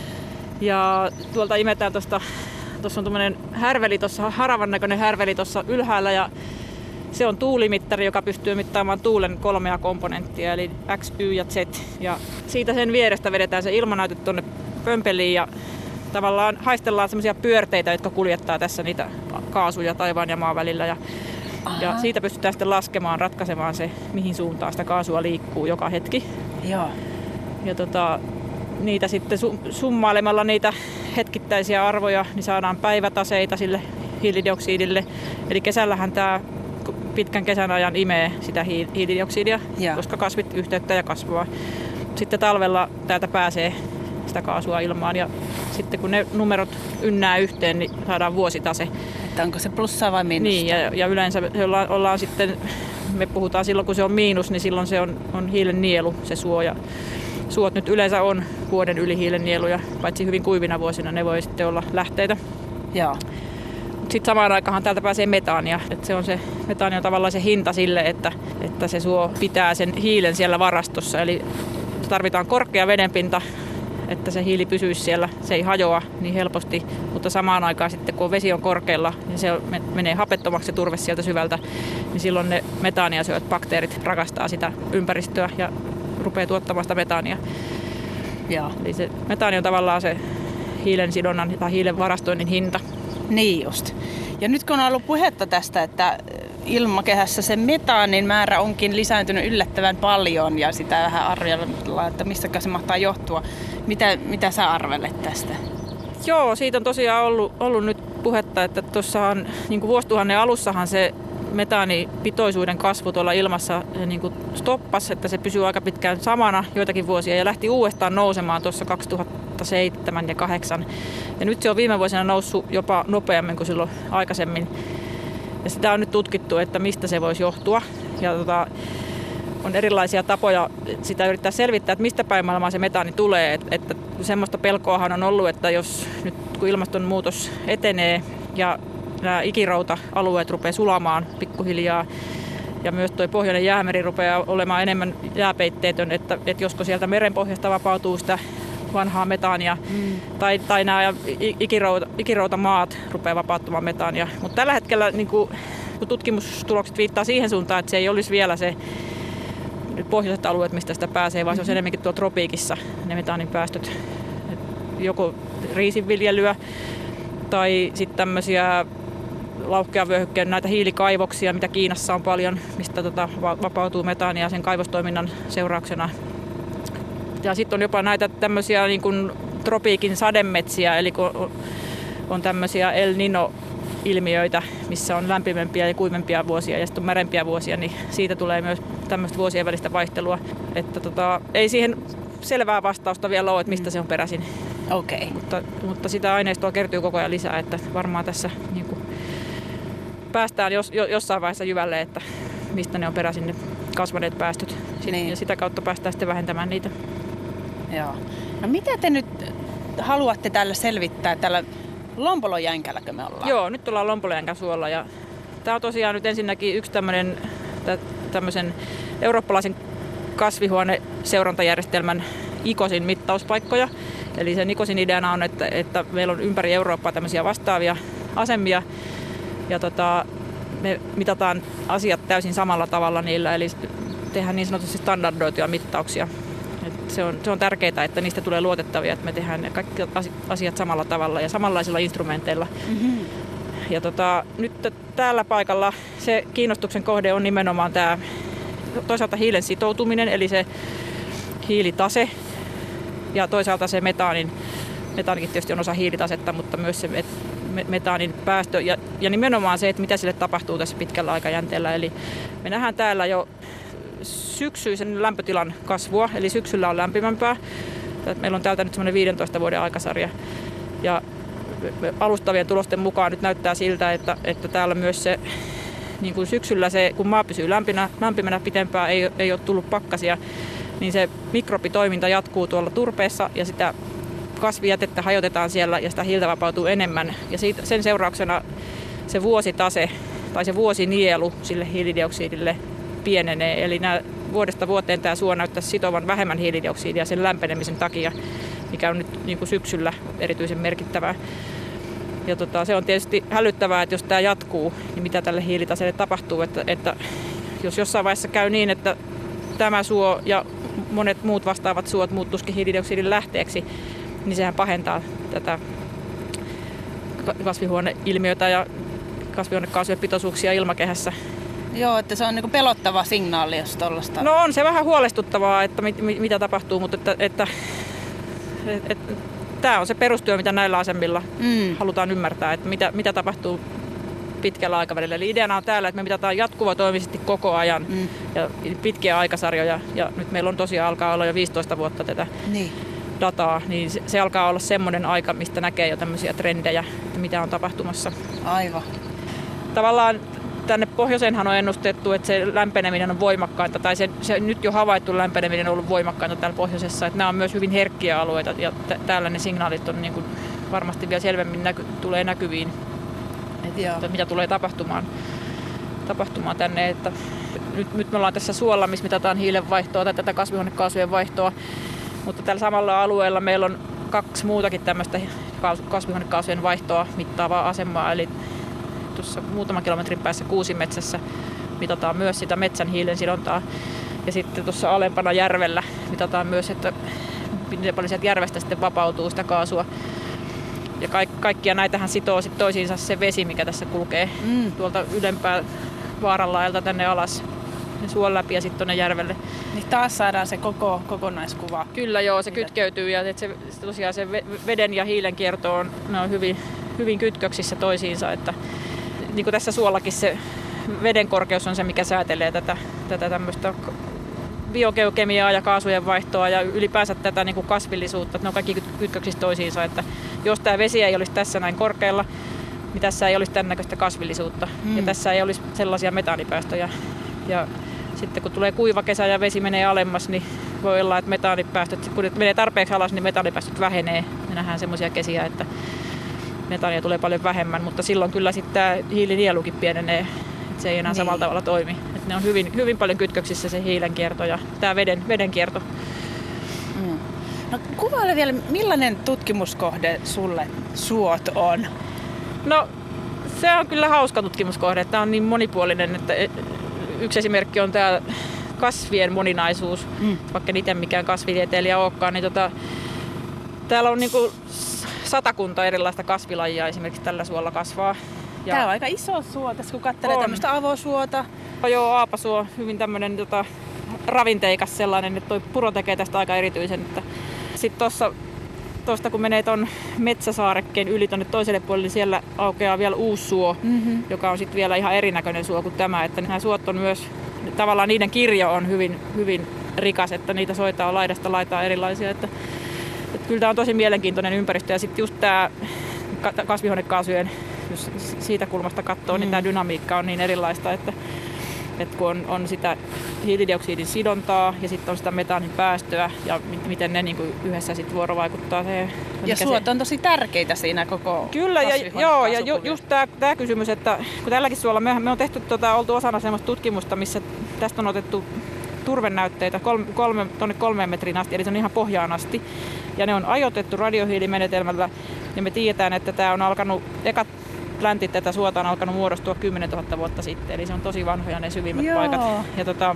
E: Ja tuolta imetään tuossa on tämmöinen härveli, haravan näköinen härveli tuossa ylhäällä. Ja se on tuulimittari, joka pystyy mittaamaan tuulen 3 komponenttia, eli X, Y ja Z. Ja siitä sen vierestä vedetään se ilmanäyte tuonne pömpeliin ja tavallaan haistellaan semmoisia pyörteitä, jotka kuljettaa tässä niitä kaasuja taivaan ja maan välillä. Ja siitä pystytään sitten ratkaisemaan se, mihin suuntaan sitä kaasua liikkuu joka hetki.
B: Joo.
E: Ja niitä sitten summailemalla niitä hetkittäisiä arvoja, niin saadaan päivätaseita sille hiilidioksidille. Eli kesällähän tämä pitkän kesän ajan imee sitä hiilidioksidia, koska kasvit yhteyttää ja kasvaa. Sitten talvella täältä pääsee sitä kaasua ilmaan ja sitten kun ne numerot ynnää yhteen, niin saadaan vuositase.
B: Että onko se plussaa vai miinusta?
E: Niin, ja yleensä ollaan sitten, me puhutaan silloin kun se on miinus, niin silloin se on hiilen nielu, se suo. Ja suot nyt yleensä on vuoden yli hiilen nieluja, paitsi hyvin kuivina vuosina ne voi sitten olla lähteitä.
B: Joo.
E: Sitten samaan aikaan täältä pääsee metaania. Että se metaani on tavallaan se hinta sille, että se suo pitää sen hiilen siellä varastossa. Eli tarvitaan korkea vedenpinta, että se hiili pysyisi siellä. Se ei hajoa niin helposti, mutta samaan aikaan sitten kun vesi on korkealla, niin se menee hapettomaksi se turve sieltä syvältä, niin silloin ne metaania syövät bakteerit rakastaa sitä ympäristöä ja rupeaa tuottamaan sitä metaania.
B: Joo.
E: Eli se metaani on tavallaan se hiilen sidonnan tai hiilen varastoinnin hinta.
B: Niin just. Ja nyt kun on ollut puhetta tästä, että ilmakehässä se metaanin määrä onkin lisääntynyt yllättävän paljon ja sitä vähän arvellaan, että mistä se mahtaa johtua. Mitä sä arvelet tästä?
E: Joo, siitä on tosiaan ollut nyt puhetta, että tuossahan niin vuosituhannen alussahan se metaanipitoisuuden kasvu tuolla ilmassa niin kuin stoppasi, että se pysyy aika pitkään samana joitakin vuosia ja lähti uudestaan nousemaan tuossa 2007 ja 2008. Ja nyt se on viime vuosina noussut jopa nopeammin kuin silloin aikaisemmin. Ja sitä on nyt tutkittu, että mistä se voisi johtua. Ja on erilaisia tapoja sitä yrittää selvittää, että mistä päin maailmaa se metaani tulee. Että semmoista pelkoahan on ollut, että jos nyt kun ilmastonmuutos etenee ja nämä ikirouta-alueet rupeaa sulamaan pikkuhiljaa ja myös tuo pohjoinen jäämeri rupeaa olemaan enemmän jääpeitteetön, että josko sieltä merenpohjasta vapautuu sitä vanhaa metaania. Tai nämä ikiroutamaat rupeaa vapauttamaan metaania. Mutta tällä hetkellä niin kun tutkimustulokset viittaa siihen suuntaan, että se ei olisi vielä se pohjoiset alueet, mistä sitä pääsee, vaan se on enemmänkin tuolla tropiikissa ne metaanin päästöt. Joko riisinviljelyä tai sitten tämmöisiä lauhkeavyöhykkeen näitä hiilikaivoksia, mitä Kiinassa on paljon, mistä vapautuu metaania sen kaivostoiminnan seurauksena. Ja sitten on jopa näitä tämmöisiä niin kuin tropiikin sademetsiä, eli kun on tämmöisiä El Niño-ilmiöitä, missä on lämpimämpiä ja kuivempia vuosia ja sitten on märempiä vuosia, niin siitä tulee myös tämmöistä vuosien välistä vaihtelua. Että ei siihen selvää vastausta vielä ole, että mistä se on peräisin.
B: Okei.
E: Mutta sitä aineistoa kertyy koko ajan lisää, että varmaan tässä niin kuin päästään jossain vaiheessa jyvälle, että mistä ne on peräisin ne kasvaneet päästöt. Niin. Ja sitä kautta päästään sitten vähentämään niitä.
B: Joo. No mitä te nyt haluatte täällä selvittää? Täällä Lompolojänkälläkö me ollaan?
E: Joo, nyt ollaan Lompolojänkän suolla. Ja tämä on tosiaan nyt ensinnäkin yksi tämmöisen eurooppalaisen kasvihuoneseurantajärjestelmän ICOSin mittauspaikkoja. Eli sen ICOSin ideana on, että meillä on ympäri Eurooppaa tämmöisiä vastaavia asemia. Ja me mitataan asiat täysin samalla tavalla niillä, eli tehdään niin sanotusti standardoituja mittauksia. Se on tärkeää, että niistä tulee luotettavia, että me tehdään kaikki asiat samalla tavalla ja samanlaisilla instrumenteilla. Mm-hmm. Ja nyt täällä paikalla se kiinnostuksen kohde on nimenomaan tämä toisaalta hiilen sitoutuminen, eli se hiilitase, ja toisaalta se metaanikin tietysti on osa hiilitasetta, mutta myös se metaanin päästö ja nimenomaan se, että mitä sille tapahtuu tässä pitkällä aikajänteellä. Eli me nähdään täällä jo syksyisen lämpötilan kasvua, eli syksyllä on lämpimämpää. Meillä on täältä nyt semmoinen 15 vuoden aikasarja. Ja alustavien tulosten mukaan nyt näyttää siltä, että täällä myös se niin kuin syksyllä se, kun maa pysyy lämpimänä pitempään, ei ole tullut pakkasia, niin se mikrobitoiminta jatkuu tuolla turpeessa ja sitä kasvijätettä hajotetaan siellä ja sitä hiiltä vapautuu enemmän. Ja sen seurauksena se vuositase tai se vuosinielu sille hiilidioksidille pienenee. Eli vuodesta vuoteen tämä suo näyttäisi sitovan vähemmän hiilidioksidia sen lämpenemisen takia, mikä on nyt niin kuin syksyllä erityisen merkittävää. Ja se on tietysti hälyttävää, että jos tämä jatkuu, niin mitä tälle hiilitaseelle tapahtuu. Että jos jossain vaiheessa käy niin, että tämä suo ja monet muut vastaavat suot muuttuisikin hiilidioksidin lähteeksi, niin sehän pahentaa tätä kasvihuoneilmiötä ja kasvihuonekaasujen pitoisuuksia ilmakehässä.
B: Joo, että se on niinku pelottava signaali, jos tollaista.
E: No on se vähän huolestuttavaa, että mitä tapahtuu, mutta että tämä on se perustyö, mitä näillä asemilla halutaan ymmärtää, että mitä tapahtuu pitkällä aikavälillä. Eli ideana on täällä, että me mitataan jatkuvatoimisesti koko ajan ja pitkiä aikasarjoja. Ja nyt meillä on tosiaan alkaa olla jo 15 vuotta tätä dataa, niin se alkaa olla semmoinen aika, mistä näkee jo tämmöisiä trendejä, että mitä on tapahtumassa.
B: Aivan.
E: Tavallaan tänne pohjoiseenhan on ennustettu, että se lämpeneminen on voimakkainta, tai se nyt jo havaittu lämpeneminen on ollut voimakkainta täällä pohjoisessa. Että nämä on myös hyvin herkkiä alueita, ja täällä ne signaalit on niin kuin varmasti vielä selvemmin tulee näkyviin, että mitä tulee tapahtumaan tänne. Että nyt me ollaan tässä suolla, missä mitataan hiilenvaihtoa tai tätä kasvihuonekaasujen vaihtoa, mutta tällä samalla alueella meillä on 2 muutakin tämmöistä kasvihuonekaasujen vaihtoa mittaavaa asemaa, eli tuossa muutaman kilometrin päässä Kuusimetsässä mitataan myös sitä metsän hiilensidontaa. Ja sitten tuossa alempana järvellä mitataan myös, että miten paljon sieltä järvestä sitten vapautuu sitä kaasua. Ja kaikkia näitähän sitoo sitten toisiinsa se vesi, mikä tässä kulkee tuolta ylempää Vaaranlaelta tänne alas suon läpi ja sitten tuonne järvelle.
B: Niin taas saadaan se kokonaiskuva.
E: Kyllä joo, se kytkeytyy ja tosiaan se veden ja hiilen kierto ne on hyvin kytköksissä toisiinsa, että niin kuin tässä suollakin se veden korkeus on se, mikä säätelee tätä tämmöistä biogeokemiaa ja kaasujen vaihtoa ja ylipäänsä tätä niin kuin kasvillisuutta, että ne on kaikki kytköksissä toisiinsa, että jos tämä vesi ei olisi tässä näin korkealla, niin tässä ei olisi tämän näköistä kasvillisuutta ja tässä ei olisi sellaisia metaanipäästöjä. Ja sitten kun tulee kuiva kesä ja vesi menee alemmas, niin voi olla, että metaanipäästöt, kun menee tarpeeksi alas, niin metaanipäästöt vähenee. Me nähdään semmoisia kesiä, että metaania tulee paljon vähemmän, mutta silloin kyllä sitten tämä hiilinielukin pienenee, että se ei enää samalla tavalla toimi. Että ne on hyvin paljon kytköksissä se hiilen kierto ja tämä veden kierto.
B: No kuvaile vielä, millainen tutkimuskohde sulle suot on?
E: No se on kyllä hauska tutkimuskohde. Tämä on niin monipuolinen, että yksi esimerkki on tämä kasvien moninaisuus. Vaikka itse mikään kasvitieteilijä olekaan, niin täällä on niinku 100 erilaista kasvilajia esimerkiksi tällä suolla kasvaa. Ja
B: Tämä on aika iso suo tässä, kun katselee tämmöistä avosuota.
E: Joo, aapasuo, hyvin tämmöinen ravinteikas sellainen, että toi puro tekee tästä aika erityisen. Sitten tuosta kun menee ton metsäsaarekkeen yli tonne toiselle puolelle, niin siellä aukeaa vielä uusi suo, joka on sitten vielä ihan erinäköinen suo kuin tämä. Että nämä suot on myös, tavallaan niiden kirjo on hyvin, hyvin rikas, että niitä soita on laidasta laitaan erilaisia. Että kyllä tämä on tosi mielenkiintoinen ympäristö ja sitten just tämä kasvihuonekaasujen, jos siitä kulmasta katsoo, niin tämä dynamiikka on niin erilaista, että kun on sitä hiilidioksidin sidontaa ja sitten on sitä metaanin päästöä ja miten ne niinku yhdessä sitten vuorovaikuttaa.
B: Ja suot on tosi tärkeitä siinä koko
E: Kyllä, ja just tämä kysymys, että kun tälläkin suolla me on tehty oltu osana sellaista tutkimusta, missä tästä on otettu turvenäytteitä tuonne 3 metriin asti, eli se on ihan pohjaan asti. Ja ne on ajoitettu radiohiilimenetelmällä ja me tiedetään, että tämä on alkanut, ekat pläntit tätä suota on alkanut muodostua 10 000 vuotta sitten, eli se on tosi vanhoja ne syvimmät paikat. Ja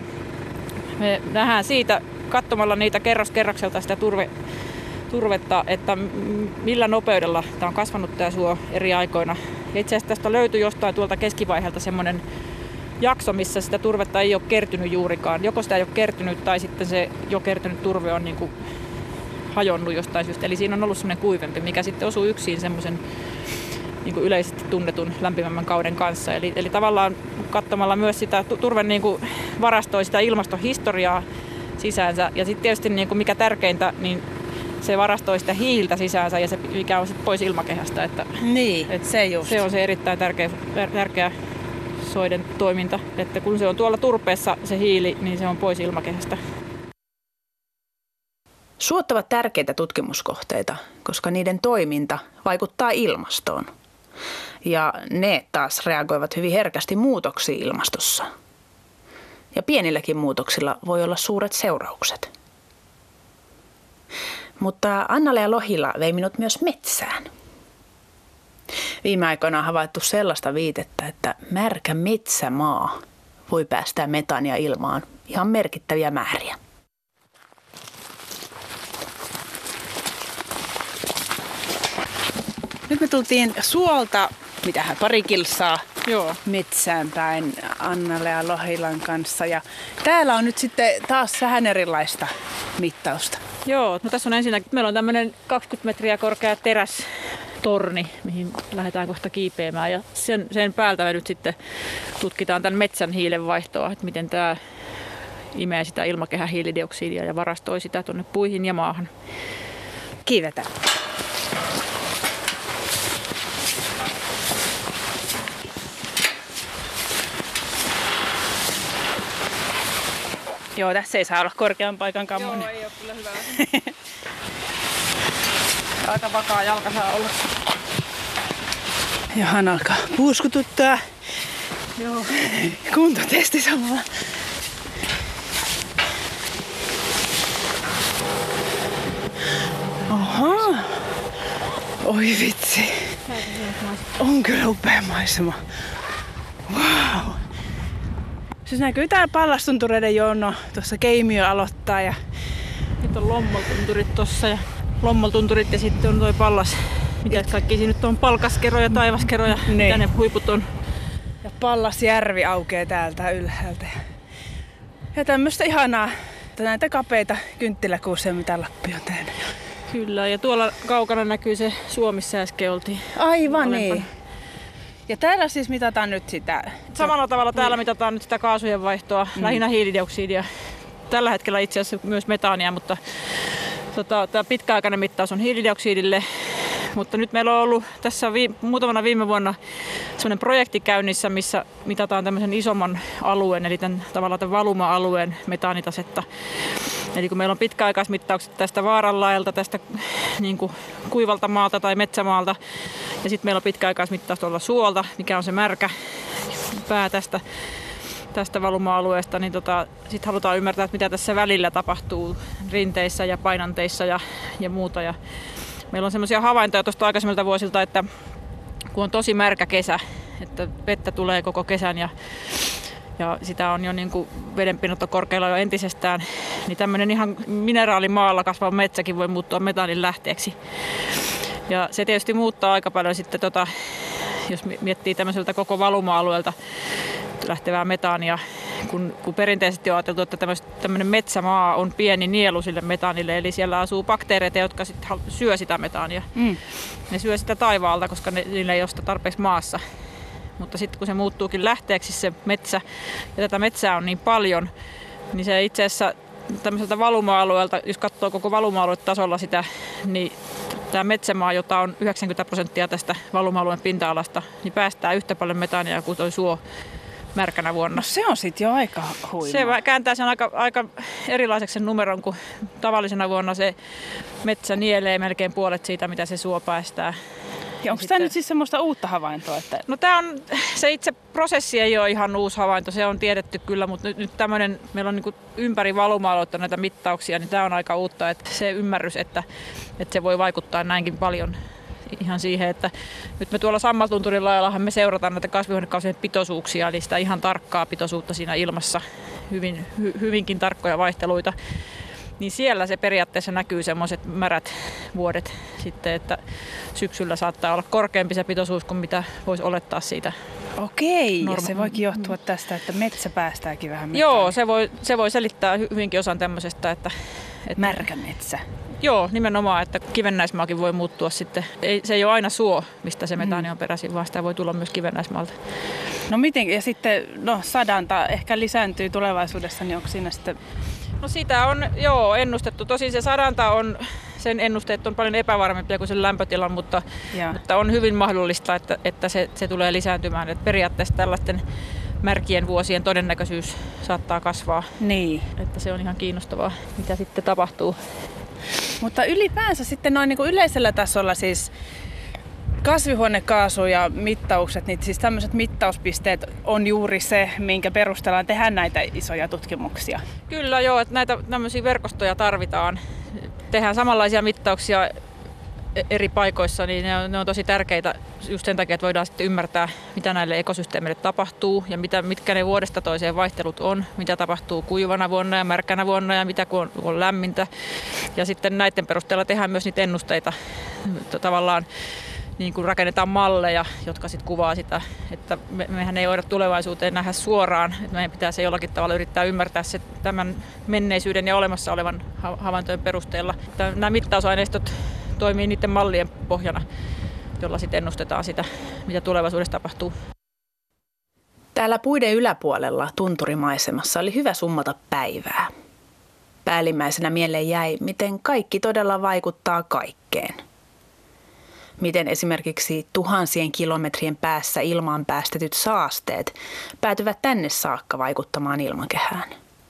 E: me nähdään siitä katsomalla niitä kerros kerrokselta sitä turvetta, että millä nopeudella tämä on kasvanut tämä suo eri aikoina. Ja itse asiassa tästä löytyi jostain tuolta keskivaiheelta semmoinen jakso, missä sitä turvetta ei ole kertynyt juurikaan. Joko sitä ei ole kertynyt tai sitten se jo kertynyt turve on niin kuin hajonnut jostain syystä. Eli siinä on ollut semmoinen kuivempi, mikä sitten osuu yksin semmoisen niin kuin yleisesti tunnetun lämpimämmän kauden kanssa. Eli tavallaan katsomalla myös sitä turve niin kuin varastoi sitä ilmastohistoriaa sisäänsä. Ja sitten tietysti niin kuin mikä tärkeintä, niin se varastoi sitä hiiltä sisäänsä ja se mikä on sitten pois ilmakehästä. Että, se on se erittäin tärkeä soiden toiminta, että kun se on tuolla turpeessa se hiili, niin se on pois ilmakehästä.
B: Suot ovat tärkeitä tutkimuskohteita, koska niiden toiminta vaikuttaa ilmastoon. Ja ne taas reagoivat hyvin herkästi muutoksiin ilmastossa. Ja pienilläkin muutoksilla voi olla suuret seuraukset. Mutta Anna-Lea Lohila vei minut myös metsään. Viime aikoina on havaittu sellaista viitettä, että märkä metsämaa voi päästää metaania ilmaan ihan merkittäviä määriä. Nyt me tultiin suolta, pari kilsaa metsään päin Anna-Lea Lohilan kanssa. Ja täällä on nyt sitten taas vähän erilaista mittausta.
E: Joo, no tässä on ensinnäkin, meillä on tämmöinen 20 metriä korkea terästorni, mihin lähdetään kohta kiipeämään. Ja sen päältä me nyt sitten tutkitaan tämän metsän hiilenvaihtoa, että miten tämä imee sitä ilmakehän hiilidioksidia ja varastoi sitä tuonne puihin ja maahan.
B: Kiivetään. Joo, tässä ei saa olla korkean paikan kammonen.
E: Joo, ei ole kyllä hyvä. Aika vakaa jalka saa olla.
B: Johan alkaa puuskututtaa.
E: Joo.
B: Kuntotesti samalla. Oha. Oi vitsi. On kyllä upea maisema. Wow. Se näkyy tää pallastuntureiden jono. Tuossa Keimiö aloittaa ja
E: nyt on Lommoltunturit tossa ja Lommoltunturit ja sitten on toi Pallas. Mitä kaikki siinä nyt on? Palkaskero ja Taivaskero ja mitä ne huiput on.
B: Ja Pallasjärvi aukeaa täältä ylhäältä. Ja tämmöstä ihanaa, näitä kapeita kynttiläkuusia, mitä Lappi on tehnyt.
E: Kyllä, ja tuolla kaukana näkyy se suo, missä äsken oltiin.
B: Aivan niin. Ja täällä siis mitataan nyt sitä...
E: Samalla tavalla täällä mitataan nyt sitä kaasujen vaihtoa, lähinnä hiilidioksidia. Tällä hetkellä itse asiassa myös metaania, mutta tämä pitkäaikainen mittaus on hiilidioksidille. Mutta nyt meillä on ollut tässä muutamana viime vuonna sellainen projekti käynnissä, missä mitataan tämmöisen isomman alueen, eli tämän valuma-alueen metaanitasetta. Eli kun meillä on pitkäaikaismittaukset tästä vaaranlaelta, tästä niin kuin kuivalta maalta tai metsämaalta, ja sitten meillä on pitkäaikaismittaus tuolla suolta, mikä on se märkä pää tästä. tästä valuma-alueesta, niin sitten halutaan ymmärtää, että mitä tässä välillä tapahtuu rinteissä ja painanteissa ja muuta. Ja meillä on semmoisia havaintoja tuosta aikaisemmilta vuosilta, että kun on tosi märkä kesä, että vettä tulee koko kesän ja sitä on jo niin kuin vedenpinnat on korkealla jo entisestään, niin tämmöinen ihan mineraalimaalla kasvava metsäkin voi muuttua metaanin lähteeksi. Ja se tietysti muuttaa aika paljon sitten, jos miettii tämmöiseltä koko valuma-alueelta lähtevää metaania, kun perinteisesti on ajateltu, että tämmöinen metsämaa on pieni nielu sille metaanille, eli siellä asuu bakteereita, jotka sitten syö sitä metaania. Ne syö sitä taivaalta, koska niillä ei ole sitä tarpeeksi maassa. Mutta sitten kun se muuttuukin lähteeksi se metsä, ja tätä metsää on niin paljon, niin se itse asiassa tämmöiseltä valuma-alueelta, jos katsoo koko valuma-aluetasolla sitä, niin tämä metsämaa, jota on 90% tästä valuma-alueen pinta-alasta, niin päästää yhtä paljon metaania kuin tuo suo märkänä vuonna.
B: No se on sitten jo aika huima.
E: Se kääntää sen aika erilaiseksi sen numeron, kun tavallisena vuonna se metsä nielee melkein puolet siitä, mitä se suo päästää.
B: Ja onko tämä nyt siis semmoista uutta havaintoa? Että...
E: No se itse prosessi ei ole ihan uusi havainto, se on tiedetty kyllä, mutta nyt tämmöinen, meillä on niin kuin ympäri valuma-aluetta näitä mittauksia, niin tämä on aika uutta, että se ymmärrys, että se voi vaikuttaa näinkin paljon ihan siihen, että nyt me tuolla Sammaltunturin laajallahan me seurataan näitä kasvihuonekaasujen pitoisuuksia, eli sitä ihan tarkkaa pitoisuutta siinä ilmassa, hyvinkin tarkkoja vaihteluita. Niin siellä se periaatteessa näkyy semmoiset märät vuodet sitten, että syksyllä saattaa olla korkeampi se pitoisuus kuin mitä voisi olettaa siitä.
B: Okei, ja se voikin johtua tästä, että metsä päästääkin vähän metaania.
E: Joo, se voi selittää hyvinkin osan tämmöisestä, että
B: märkä metsä.
E: Joo, nimenomaan, että kivennäismaakin voi muuttua sitten. Se ei ole aina suo, mistä se metaani on peräisin, vaan sitä voi tulla myös kivennäismaalta.
B: No miten, ja sitten sadanta ehkä lisääntyy tulevaisuudessa, niin onko siinä sitten...
E: No sitä on ennustettu. Tosin se sadanta sen ennusteet on paljon epävarmempia kuin sen lämpötilan, mutta on hyvin mahdollista, että se tulee lisääntymään. Et periaatteessa tällaisten märkien vuosien todennäköisyys saattaa kasvaa.
B: Niin.
E: Että se on ihan kiinnostavaa, mitä sitten tapahtuu.
B: Mutta ylipäänsä sitten noin niin kuin yleisellä tasolla siis kasvihuonekaasu ja mittaukset, niin siis tämmöiset mittauspisteet on juuri se, minkä perusteella tehdään näitä isoja tutkimuksia.
E: Kyllä joo, että näitä tämmöisiä verkostoja tarvitaan. Tehdään samanlaisia mittauksia eri paikoissa, niin ne on tosi tärkeitä just sen takia, että voidaan sitten ymmärtää, mitä näille ekosysteemeille tapahtuu ja mitkä ne vuodesta toiseen vaihtelut on, mitä tapahtuu kuivana vuonna ja märkänä vuonna ja mitä kun on lämmintä. Ja sitten näiden perusteella tehdään myös niitä ennusteita tavallaan. Niin kuin rakennetaan malleja, jotka sitten kuvaa sitä, että mehän ei voida tulevaisuuteen nähdä suoraan. Että meidän pitää se jollakin tavalla yrittää ymmärtää se tämän menneisyyden ja olemassa olevan havaintojen perusteella. Nämä mittausaineistot toimii niiden mallien pohjana, jolla sitten ennustetaan sitä, mitä tulevaisuudessa tapahtuu.
B: Täällä puiden yläpuolella tunturimaisemassa oli hyvä summata päivää. Päällimmäisenä mieleen jäi, miten kaikki todella vaikuttaa kaikkeen. Miten esimerkiksi tuhansien kilometrien päässä ilmaan päästetyt saasteet päätyvät tänne saakka vaikuttamaan ilmakehään.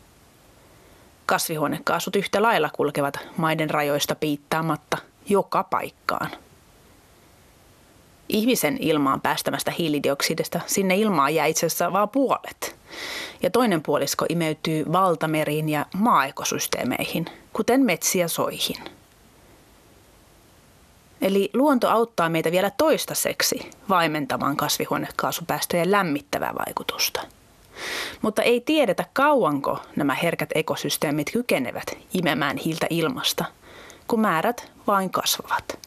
B: Kasvihuonekaasut yhtä lailla kulkevat maiden rajoista piittaamatta joka paikkaan. Ihmisen ilmaan päästämästä hiilidioksidista sinne ilmaan jää itse asiassa vain puolet. Ja toinen puolisko imeytyy valtameriin ja maaekosysteemeihin, kuten metsiin ja soihin. Eli luonto auttaa meitä vielä toistaiseksi vaimentamaan kasvihuonekaasupäästöjen lämmittävää vaikutusta. Mutta ei tiedetä kauanko nämä herkät ekosysteemit kykenevät imemään hiiltä ilmasta, kun määrät vain kasvavat.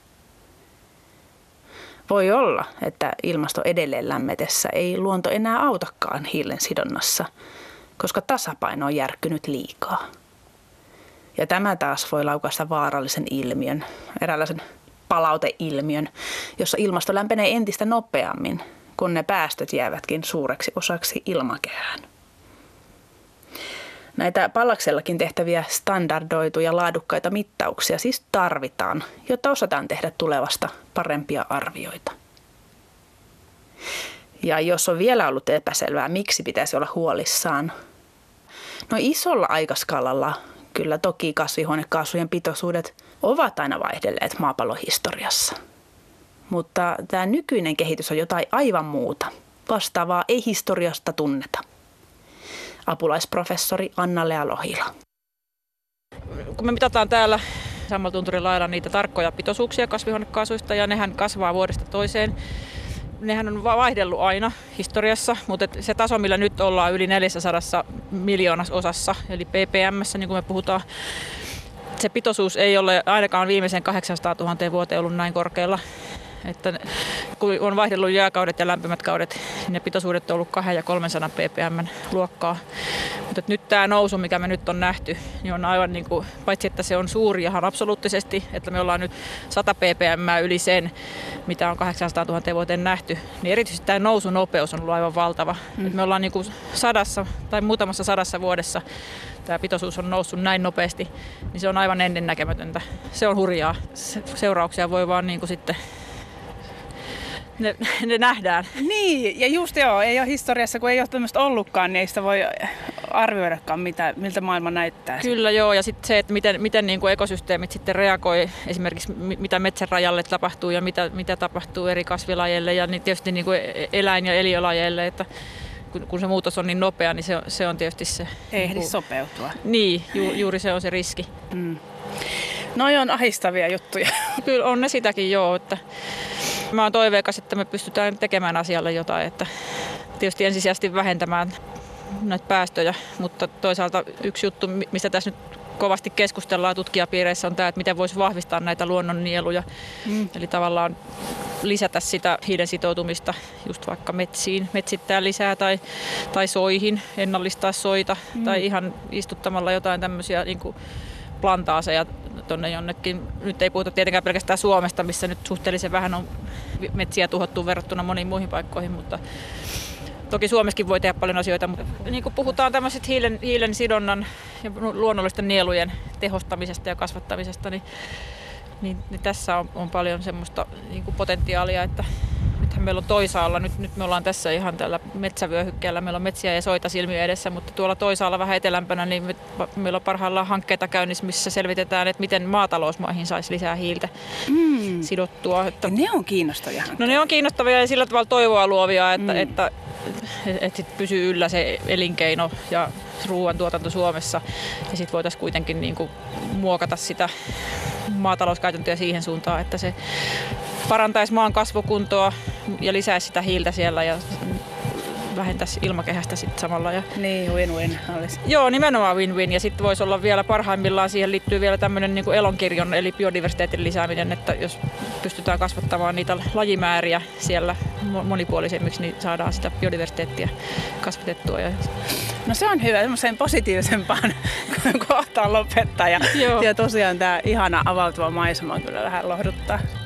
B: Voi olla, että ilmasto edelleen lämmetessä ei luonto enää autakaan hiilen sidonnassa, koska tasapaino on järkkynyt liikaa. Ja tämä taas voi laukaista vaarallisen ilmiön, eräänlaisen palauteilmiön, jossa ilmasto lämpenee entistä nopeammin, kun ne päästöt jäävätkin suureksi osaksi ilmakehään. Näitä Pallaksellakin tehtäviä standardoituja laadukkaita mittauksia siis tarvitaan, jotta osataan tehdä tulevasta parempia arvioita. Ja jos on vielä ollut epäselvää, miksi pitäisi olla huolissaan, no isolla aikaskaalalla kyllä toki kasvihuonekaasujen pitoisuudet ovat aina vaihdelleet maapallon historiassa. Mutta tämä nykyinen kehitys on jotain aivan muuta. Vastaavaa ei historiasta tunneta. apulaisprofessori Anna-Lea Lohila.
E: Kun me mitataan täällä Sammaltunturin lailla niitä tarkkoja pitoisuuksia kasvihuonekaasuista ja nehän kasvaa vuodesta toiseen. Nehän on vaihdellut aina historiassa, mutta se taso, millä nyt ollaan yli 400 miljoonasosassa, eli ppm:ssä, niin kuin me puhutaan, se pitoisuus ei ole ainakaan viimeisen 800 000 vuoteen ollut näin korkealla. Että kun on vaihdellut jääkaudet ja lämpimät kaudet, niin ne pitoisuudet on ollut 200 ja 300 ppm luokkaa. Mutta nyt tämä nousu, mikä me nyt on nähty, niin on aivan niin kuin, paitsi että se on suuri ihan absoluuttisesti, että me ollaan nyt 100 ppm yli sen, mitä on 800 000 vuoteen nähty, niin erityisesti tämä nousunopeus on ollut aivan valtava. Et me ollaan niin kuin muutamassa sadassa vuodessa tämä pitoisuus on noussut näin nopeasti, niin se on aivan ennennäkemätöntä. Se on hurjaa. Seurauksia voi vaan niin kuin sitten ne nähdään.
B: Niin, ja just joo, ei ole historiassa, kun ei ole tämmöistä ollutkaan, niin ei sitä voi arvioidakaan, miltä maailma näyttää.
E: Kyllä joo, ja sitten se, että miten niin kuin ekosysteemit sitten reagoi, esimerkiksi mitä metsänrajalle tapahtuu ja mitä tapahtuu eri kasvilajeille ja niin tietysti niin kuin eläin- ja eliölajeille, että kun se muutos on niin nopea, niin se on tietysti se.
B: Ehdi sopeutua.
E: Niin, juuri se on se riski.
B: Noi on ahdistavia juttuja.
E: Kyllä on ne sitäkin joo, että mä oon toiveikas, että me pystytään tekemään asialle jotain, että tietysti ensisijaisesti vähentämään näitä päästöjä, mutta toisaalta yksi juttu, mistä tässä nyt kovasti keskustellaan tutkijapiireissä on tämä, että miten voisi vahvistaa näitä luonnonnieluja. Eli tavallaan lisätä sitä hiilen sitoutumista just vaikka metsittää lisää tai soihin, ennallistaa soita tai ihan istuttamalla jotain tämmöisiä niin kuin plantaaseja tuonne jonnekin. Nyt ei puhuta tietenkään pelkästään Suomesta, missä nyt suhteellisen vähän on metsiä tuhottu verrattuna moniin muihin paikkoihin, mutta toki Suomessakin voi tehdä paljon asioita, mutta niin kuin puhutaan tämmöiset hiilen sidonnan ja luonnollisten nielujen tehostamisesta ja kasvattamisesta, niin tässä on paljon semmoista niin kuin potentiaalia, että nythän meillä on toisaalla, nyt me ollaan tässä ihan tällä metsävyöhykkeellä, meillä on metsiä ja soita silmiä edessä, mutta tuolla toisaalla vähän etelämpänä, niin meillä on parhaillaan hankkeita käynnissä, missä selvitetään, että miten maatalousmaihin saisi lisää hiiltä sidottua. Että
B: ne on kiinnostavia hankkeita.
E: No ne on kiinnostavia ja sillä tavalla toivoa luovia, että sit pysyy yllä se elinkeino ja ruoantuotanto Suomessa ja sitten voitaisiin kuitenkin niin kuin muokata sitä maatalouskäytäntöä siihen suuntaan, että se parantaisi maan kasvukuntoa ja lisäisi sitä hiiltä siellä ja vähentäisi ilmakehästä sitten samalla.
B: Niin, win-win olisi.
E: Joo, nimenomaan win-win. Ja sitten voisi olla vielä parhaimmillaan, siihen liittyy vielä tämmöinen niin kuin elonkirjon eli biodiversiteetin lisääminen, että jos pystytään kasvattamaan niitä lajimääriä siellä monipuolisemmiksi, niin saadaan sitä biodiversiteettiä kasvatettua.
B: No se on hyvä, semmoiseen positiivisempaan kohtaan lopettaa. Ja tosiaan tämä ihana avautuva maisema kyllä vähän lohduttaa.